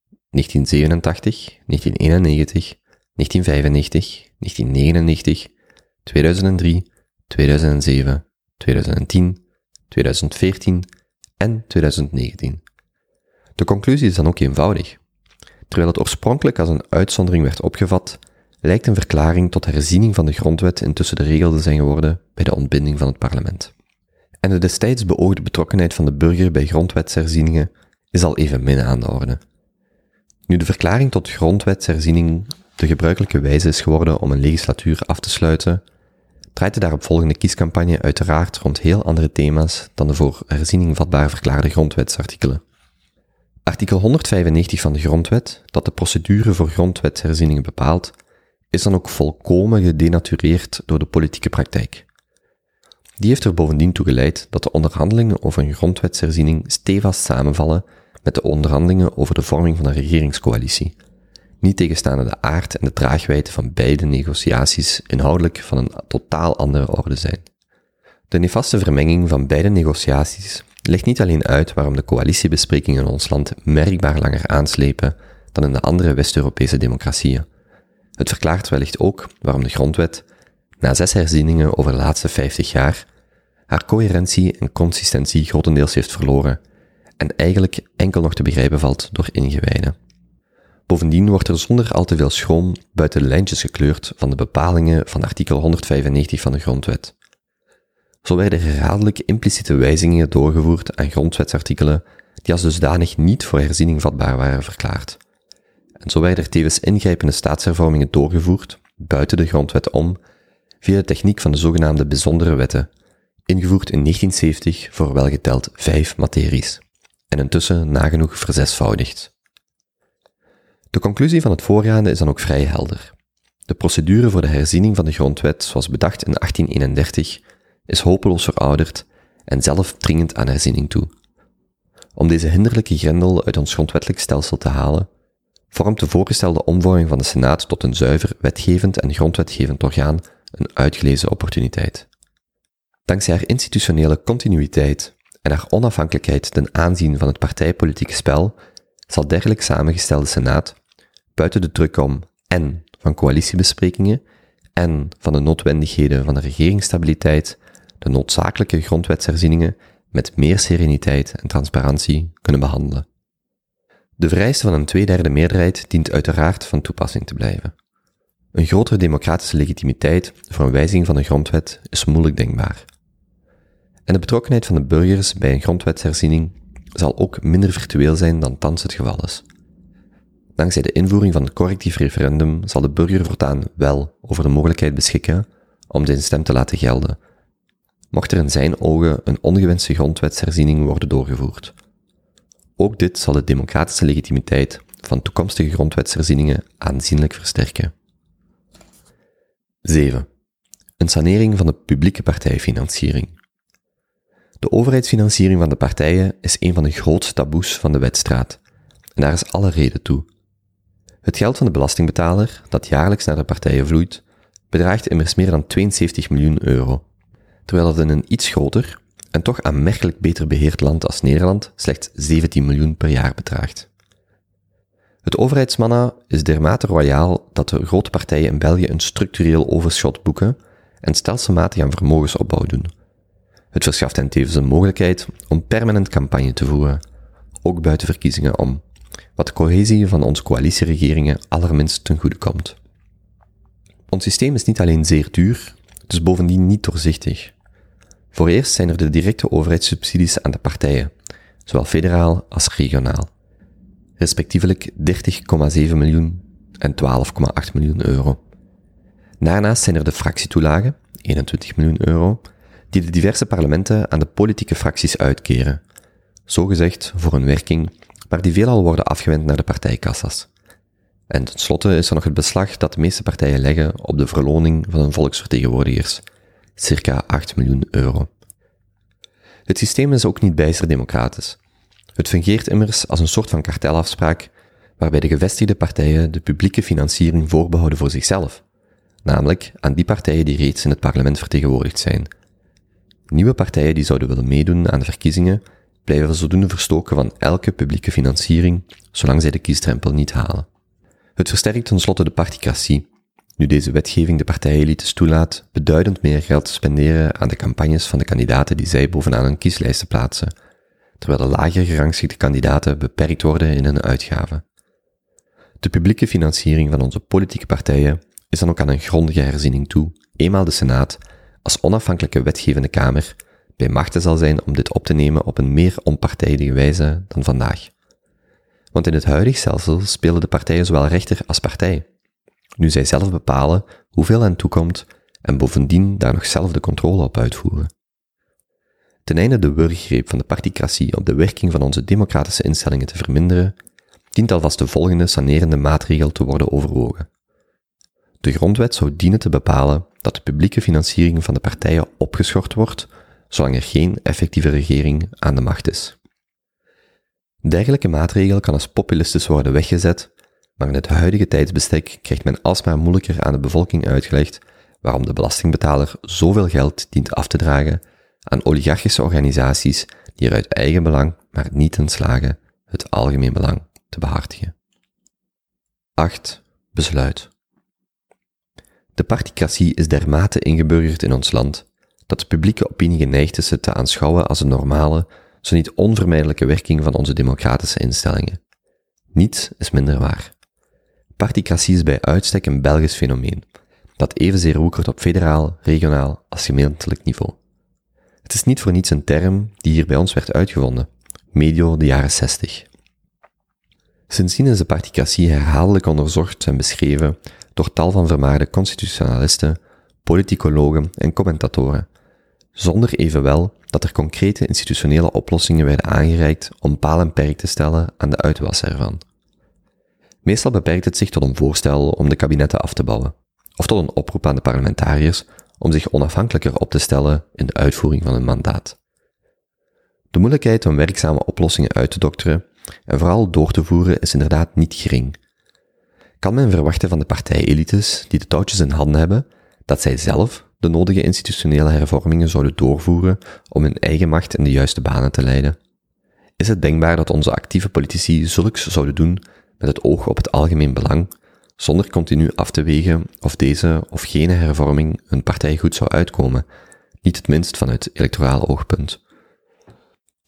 1987, 1991, 1995, 1999, 2003, 2007, 2010, 2014 en 2019. De conclusie is dan ook eenvoudig. Terwijl het oorspronkelijk als een uitzondering werd opgevat, lijkt een verklaring tot herziening van de grondwet intussen de regel te zijn geworden bij de ontbinding van het parlement. En de destijds beoogde betrokkenheid van de burger bij grondwetsherzieningen is al evenmin aan de orde. Nu de verklaring tot grondwetsherziening de gebruikelijke wijze is geworden om een legislatuur af te sluiten, draait de daaropvolgende kiescampagne uiteraard rond heel andere thema's dan de voor herziening vatbaar verklaarde grondwetsartikelen. Artikel 195 van de grondwet, dat de procedure voor grondwetsherzieningen bepaalt, is dan ook volkomen gedenatureerd door de politieke praktijk. Die heeft er bovendien toe geleid dat de onderhandelingen over een grondwetsherziening stevast samenvallen met de onderhandelingen over de vorming van een regeringscoalitie, niet tegenstaande de aard en de draagwijdte van beide negociaties inhoudelijk van een totaal andere orde zijn. De nefaste vermenging van beide negociaties legt niet alleen uit waarom de coalitiebesprekingen in ons land merkbaar langer aanslepen dan in de andere West-Europese democratieën. Het verklaart wellicht ook waarom de grondwet, na 6 herzieningen over de laatste 50 jaar, haar coherentie en consistentie grotendeels heeft verloren en eigenlijk enkel nog te begrijpen valt door ingewijden. Bovendien wordt er zonder al te veel schroom buiten de lijntjes gekleurd van de bepalingen van artikel 195 van de grondwet. Zo werden herhaaldelijk impliciete wijzigingen doorgevoerd aan grondwetsartikelen die als dusdanig niet voor herziening vatbaar waren verklaard. En zo werden er tevens ingrijpende staatshervormingen doorgevoerd, buiten de grondwet om, via de techniek van de zogenaamde bijzondere wetten, ingevoerd in 1970 voor welgeteld 5 materies, en intussen nagenoeg verzesvoudigd. De conclusie van het voorgaande is dan ook vrij helder. De procedure voor de herziening van de grondwet, zoals bedacht in 1831, is hopeloos verouderd en zelf dringend aan herziening toe. Om deze hinderlijke grendel uit ons grondwettelijk stelsel te halen, vormt de voorgestelde omvorming van de Senaat tot een zuiver wetgevend en grondwetgevend orgaan een uitgelezen opportuniteit. Dankzij haar institutionele continuïteit en haar onafhankelijkheid ten aanzien van het partijpolitieke spel, zal dergelijk samengestelde Senaat, buiten de druk om en van coalitiebesprekingen en van de noodwendigheden van de regeringsstabiliteit, de noodzakelijke grondwetsherzieningen met meer sereniteit en transparantie kunnen behandelen. De vereiste van een 2/3 meerderheid dient uiteraard van toepassing te blijven. Een grotere democratische legitimiteit voor een wijziging van de grondwet is moeilijk denkbaar. En de betrokkenheid van de burgers bij een grondwetsherziening zal ook minder virtueel zijn dan thans het geval is. Dankzij de invoering van het correctief referendum zal de burger voortaan wel over de mogelijkheid beschikken om zijn stem te laten gelden, mocht er in zijn ogen een ongewenste grondwetsherziening worden doorgevoerd. Ook dit zal de democratische legitimiteit van toekomstige grondwetsherzieningen aanzienlijk versterken. 7. Een sanering van de publieke partijfinanciering. De overheidsfinanciering van de partijen is een van de grootste taboes van de wetstraat, en daar is alle reden toe. Het geld van de belastingbetaler, dat jaarlijks naar de partijen vloeit, bedraagt immers meer dan 72 miljoen euro, terwijl dat in een iets groter en toch aanmerkelijk beter beheerd land als Nederland slechts 17 miljoen per jaar bedraagt. Het overheidsmanna is dermate royaal dat de grote partijen in België een structureel overschot boeken en stelselmatig aan vermogensopbouw doen. Het verschaft hen tevens een mogelijkheid om permanent campagne te voeren, ook buiten verkiezingen om, wat de cohesie van onze coalitieregeringen allerminst ten goede komt. Ons systeem is niet alleen zeer duur, het is bovendien niet doorzichtig. Voor eerst zijn er de directe overheidssubsidies aan de partijen, zowel federaal als regionaal, respectievelijk 30,7 miljoen en 12,8 miljoen euro. Daarnaast zijn er de fractietoelagen, 21 miljoen euro, die de diverse parlementen aan de politieke fracties uitkeren, zogezegd voor een werking, maar die veelal worden afgewend naar de partijkassas. En tenslotte is er nog het beslag dat de meeste partijen leggen op de verloning van hun volksvertegenwoordigers, circa 8 miljoen euro. Het systeem is ook niet bijster democratisch. Het fungeert immers als een soort van kartelafspraak, waarbij de gevestigde partijen de publieke financiering voorbehouden voor zichzelf, namelijk aan die partijen die reeds in het parlement vertegenwoordigd zijn. Nieuwe partijen die zouden willen meedoen aan de verkiezingen, blijven zodoende verstoken van elke publieke financiering, zolang zij de kiesdrempel niet halen. Het versterkt tenslotte de particratie, nu deze wetgeving de partijenelites toelaat beduidend meer geld te spenderen aan de campagnes van de kandidaten die zij bovenaan hun kieslijsten plaatsen, terwijl de lager gerangschiktde kandidaten beperkt worden in hun uitgaven. De publieke financiering van onze politieke partijen is dan ook aan een grondige herziening toe, eenmaal de Senaat, als onafhankelijke wetgevende kamer, bij machte zal zijn om dit op te nemen op een meer onpartijdige wijze dan vandaag. Want in het huidige stelsel spelen de partijen zowel rechter als partij, nu zij zelf bepalen hoeveel hen toekomt en bovendien daar nog zelf de controle op uitvoeren. Ten einde de wurggreep van de particratie op de werking van onze democratische instellingen te verminderen, dient alvast de volgende sanerende maatregel te worden overwogen. De grondwet zou dienen te bepalen dat de publieke financiering van de partijen opgeschort wordt, zolang er geen effectieve regering aan de macht is. Een dergelijke maatregel kan als populistisch worden weggezet, maar in het huidige tijdsbestek krijgt men alsmaar moeilijker aan de bevolking uitgelegd waarom de belastingbetaler zoveel geld dient af te dragen aan oligarchische organisaties die er uit eigen belang maar niet in slagen het algemeen belang te behartigen. 8. Besluit. De particratie is dermate ingeburgerd in ons land dat de publieke opinie geneigd is het te aanschouwen als een normale, zo niet onvermijdelijke werking van onze democratische instellingen. Niets is minder waar. Particratie is bij uitstek een Belgisch fenomeen, dat evenzeer woekert op federaal, regionaal als gemeentelijk niveau. Het is niet voor niets een term die hier bij ons werd uitgevonden, medio de jaren 60. Sindsdien is de particratie herhaaldelijk onderzocht en beschreven door tal van vermaarde constitutionalisten, politicologen en commentatoren, zonder evenwel dat er concrete institutionele oplossingen werden aangereikt om paal en perk te stellen aan de uitwassen ervan. Meestal beperkt het zich tot een voorstel om de kabinetten af te bouwen, of tot een oproep aan de parlementariërs om zich onafhankelijker op te stellen in de uitvoering van hun mandaat. De moeilijkheid om werkzame oplossingen uit te dokteren en vooral door te voeren is inderdaad niet gering. Kan men verwachten van de partijelites die de touwtjes in handen hebben, dat zij zelf de nodige institutionele hervormingen zouden doorvoeren om hun eigen macht in de juiste banen te leiden? Is het denkbaar dat onze actieve politici zulks zouden doen met het oog op het algemeen belang, zonder continu af te wegen of deze of gene hervorming hun partij goed zou uitkomen, niet het minst vanuit electoraal oogpunt?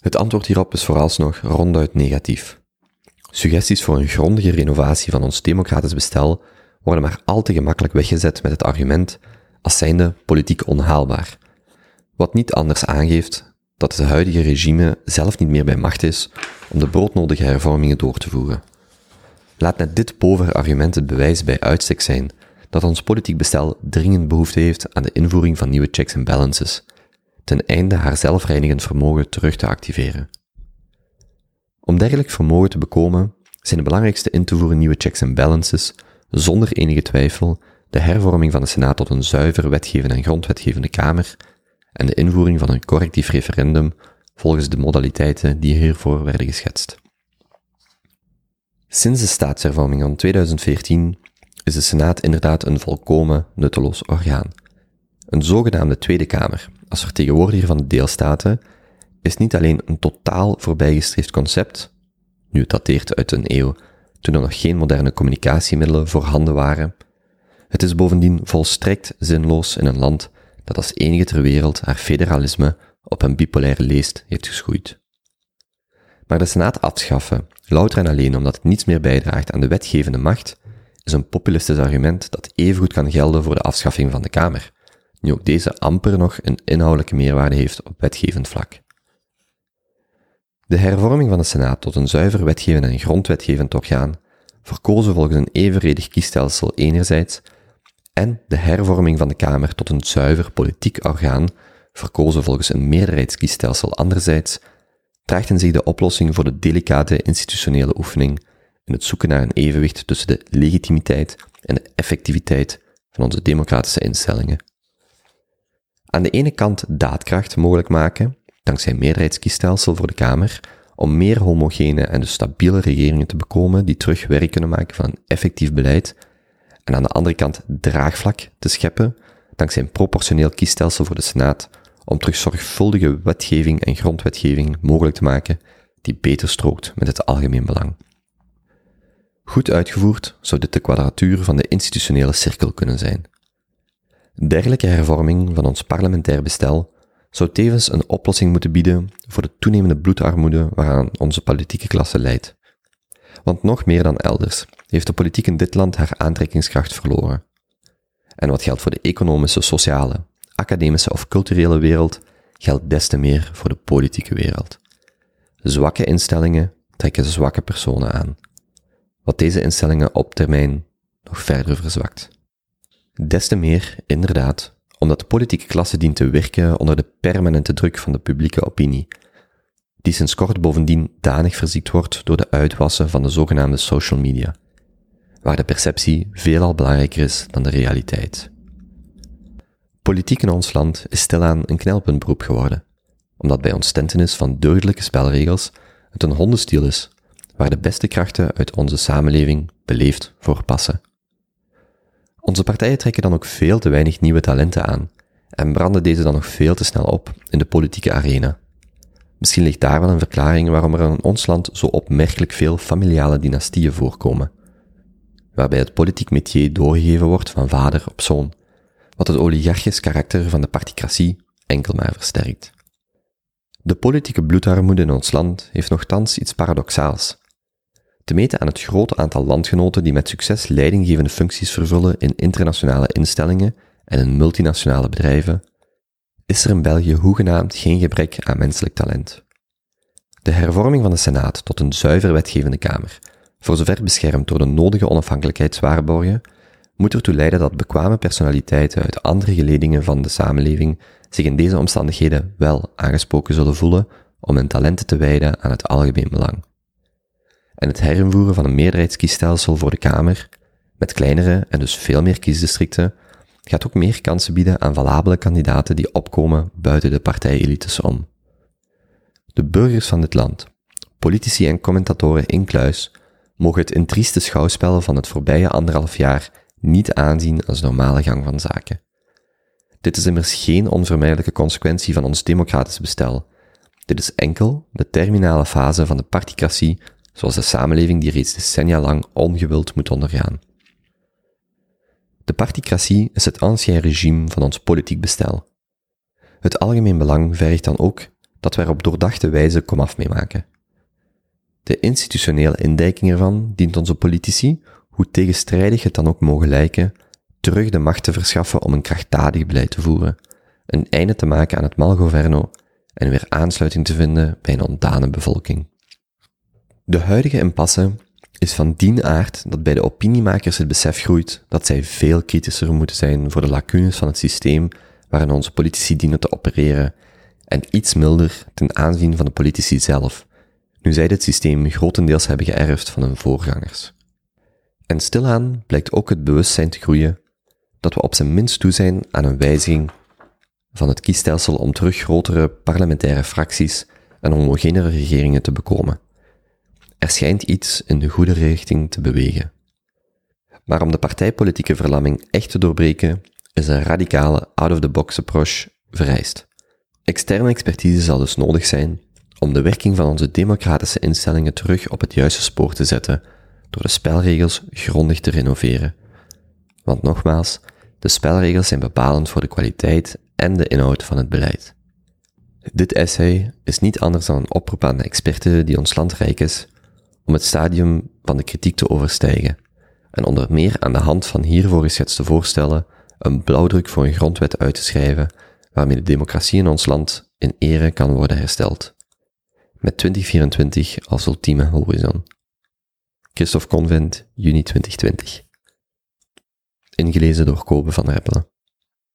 Het antwoord hierop is vooralsnog ronduit negatief. Suggesties voor een grondige renovatie van ons democratisch bestel worden maar al te gemakkelijk weggezet met het argument als zijnde politiek onhaalbaar, wat niet anders aangeeft dat het huidige regime zelf niet meer bij macht is om de broodnodige hervormingen door te voeren. Laat net dit bovenargument het bewijs bij uitstek zijn dat ons politiek bestel dringend behoefte heeft aan de invoering van nieuwe checks en balances, ten einde haar zelfreinigend vermogen terug te activeren. Om dergelijk vermogen te bekomen zijn de belangrijkste in te voeren nieuwe checks en balances, zonder enige twijfel, de hervorming van de Senaat tot een zuiver wetgevende en grondwetgevende kamer en de invoering van een correctief referendum volgens de modaliteiten die hiervoor werden geschetst. Sinds de staatshervorming van 2014 is de Senaat inderdaad een volkomen nutteloos orgaan. Een zogenaamde Tweede Kamer, als vertegenwoordiger van de deelstaten, is niet alleen een totaal voorbijgestreefd concept, nu het dateert uit een eeuw toen er nog geen moderne communicatiemiddelen voorhanden waren, het is bovendien volstrekt zinloos in een land dat als enige ter wereld haar federalisme op een bipolaire leest heeft geschoeid. Maar de Senaat afschaffen, louter en alleen omdat het niets meer bijdraagt aan de wetgevende macht, is een populistisch argument dat evengoed kan gelden voor de afschaffing van de Kamer, nu ook deze amper nog een inhoudelijke meerwaarde heeft op wetgevend vlak. De hervorming van de Senaat tot een zuiver wetgevend en grondwetgevend orgaan, verkozen volgens een evenredig kiesstelsel enerzijds, en de hervorming van de Kamer tot een zuiver politiek orgaan, verkozen volgens een meerderheidskiesstelsel anderzijds, draagt in zich de oplossing voor de delicate institutionele oefening in het zoeken naar een evenwicht tussen de legitimiteit en de effectiviteit van onze democratische instellingen. Aan de ene kant daadkracht mogelijk maken, dankzij een meerderheidskiesstelsel voor de Kamer, om meer homogene en dus stabiele regeringen te bekomen die terug werk kunnen maken van een effectief beleid, en aan de andere kant draagvlak te scheppen, dankzij een proportioneel kiesstelsel voor de Senaat, om terug zorgvuldige wetgeving en grondwetgeving mogelijk te maken die beter strookt met het algemeen belang. Goed uitgevoerd zou dit de kwadratuur van de institutionele cirkel kunnen zijn. Dergelijke hervorming van ons parlementair bestel zou tevens een oplossing moeten bieden voor de toenemende bloedarmoede waaraan onze politieke klasse leidt. Want nog meer dan elders heeft de politiek in dit land haar aantrekkingskracht verloren. En wat geldt voor de economische, sociale, academische of culturele wereld, geldt des te meer voor de politieke wereld. Zwakke instellingen trekken zwakke personen aan, wat deze instellingen op termijn nog verder verzwakt. Des te meer, inderdaad, omdat de politieke klasse dient te werken onder de permanente druk van de publieke opinie, die sinds kort bovendien danig verziekt wordt door de uitwassen van de zogenaamde social media, waar de perceptie veelal belangrijker is dan de realiteit. Politiek in ons land is stilaan een knelpuntberoep geworden, omdat bij ontstentenis van duidelijke spelregels het een hondenstiel is, waar de beste krachten uit onze samenleving beleefd voor passen. Onze partijen trekken dan ook veel te weinig nieuwe talenten aan en branden deze dan nog veel te snel op in de politieke arena. Misschien ligt daar wel een verklaring waarom er in ons land zo opmerkelijk veel familiale dynastieën voorkomen, waarbij het politiek métier doorgegeven wordt van vader op zoon, wat het oligarchisch karakter van de particratie enkel maar versterkt. De politieke bloedarmoede in ons land heeft nochtans iets paradoxaals. Te meten aan het grote aantal landgenoten die met succes leidinggevende functies vervullen in internationale instellingen en in multinationale bedrijven, is er in België hoegenaamd geen gebrek aan menselijk talent. De hervorming van de Senaat tot een zuiver wetgevende kamer, voor zover beschermd door de nodige onafhankelijkheidswaarborgen, moet ertoe leiden dat bekwame personaliteiten uit andere geledingen van de samenleving zich in deze omstandigheden wel aangesproken zullen voelen om hun talenten te wijden aan het algemeen belang. En het herinvoeren van een meerderheidskiesstelsel voor de Kamer, met kleinere en dus veel meer kiesdistricten, gaat ook meer kansen bieden aan valabele kandidaten die opkomen buiten de partijelites om. De burgers van dit land, politici en commentatoren incluis, mogen het intrieste schouwspel van het voorbije 1,5 jaar niet aanzien als normale gang van zaken. Dit is immers geen onvermijdelijke consequentie van ons democratisch bestel. Dit is enkel de terminale fase van de particratie, zoals de samenleving die reeds decennia lang ongewild moet ondergaan. De particratie is het ancien regime van ons politiek bestel. Het algemeen belang vergt dan ook dat we er op doordachte wijze komaf mee maken. De institutionele indijking ervan dient onze politici, hoe tegenstrijdig het dan ook mogen lijken, terug de macht te verschaffen om een krachtdadig beleid te voeren, een einde te maken aan het malgoverno en weer aansluiting te vinden bij een ontdane bevolking. De huidige impasse is van dien aard dat bij de opiniemakers het besef groeit dat zij veel kritischer moeten zijn voor de lacunes van het systeem waarin onze politici dienen te opereren en iets milder ten aanzien van de politici zelf, nu zij dit systeem grotendeels hebben geërfd van hun voorgangers. En stilaan blijkt ook het bewustzijn te groeien dat we op zijn minst toe zijn aan een wijziging van het kiesstelsel om terug grotere parlementaire fracties en homogenere regeringen te bekomen. Er schijnt iets in de goede richting te bewegen. Maar om de partijpolitieke verlamming echt te doorbreken, is een radicale out-of-the-box approach vereist. Externe expertise zal dus nodig zijn om de werking van onze democratische instellingen terug op het juiste spoor te zetten door de spelregels grondig te renoveren. Want nogmaals, de spelregels zijn bepalend voor de kwaliteit en de inhoud van het beleid. Dit essay is niet anders dan een oproep aan de experten die ons land rijk is, om het stadium van de kritiek te overstijgen en onder meer aan de hand van hiervoor geschetste voorstellen een blauwdruk voor een grondwet uit te schrijven waarmee de democratie in ons land in ere kan worden hersteld. Met 2024 als ultieme horizon. Christophe Convent, juni 2020. Ingelezen door Kobe van Reppelen.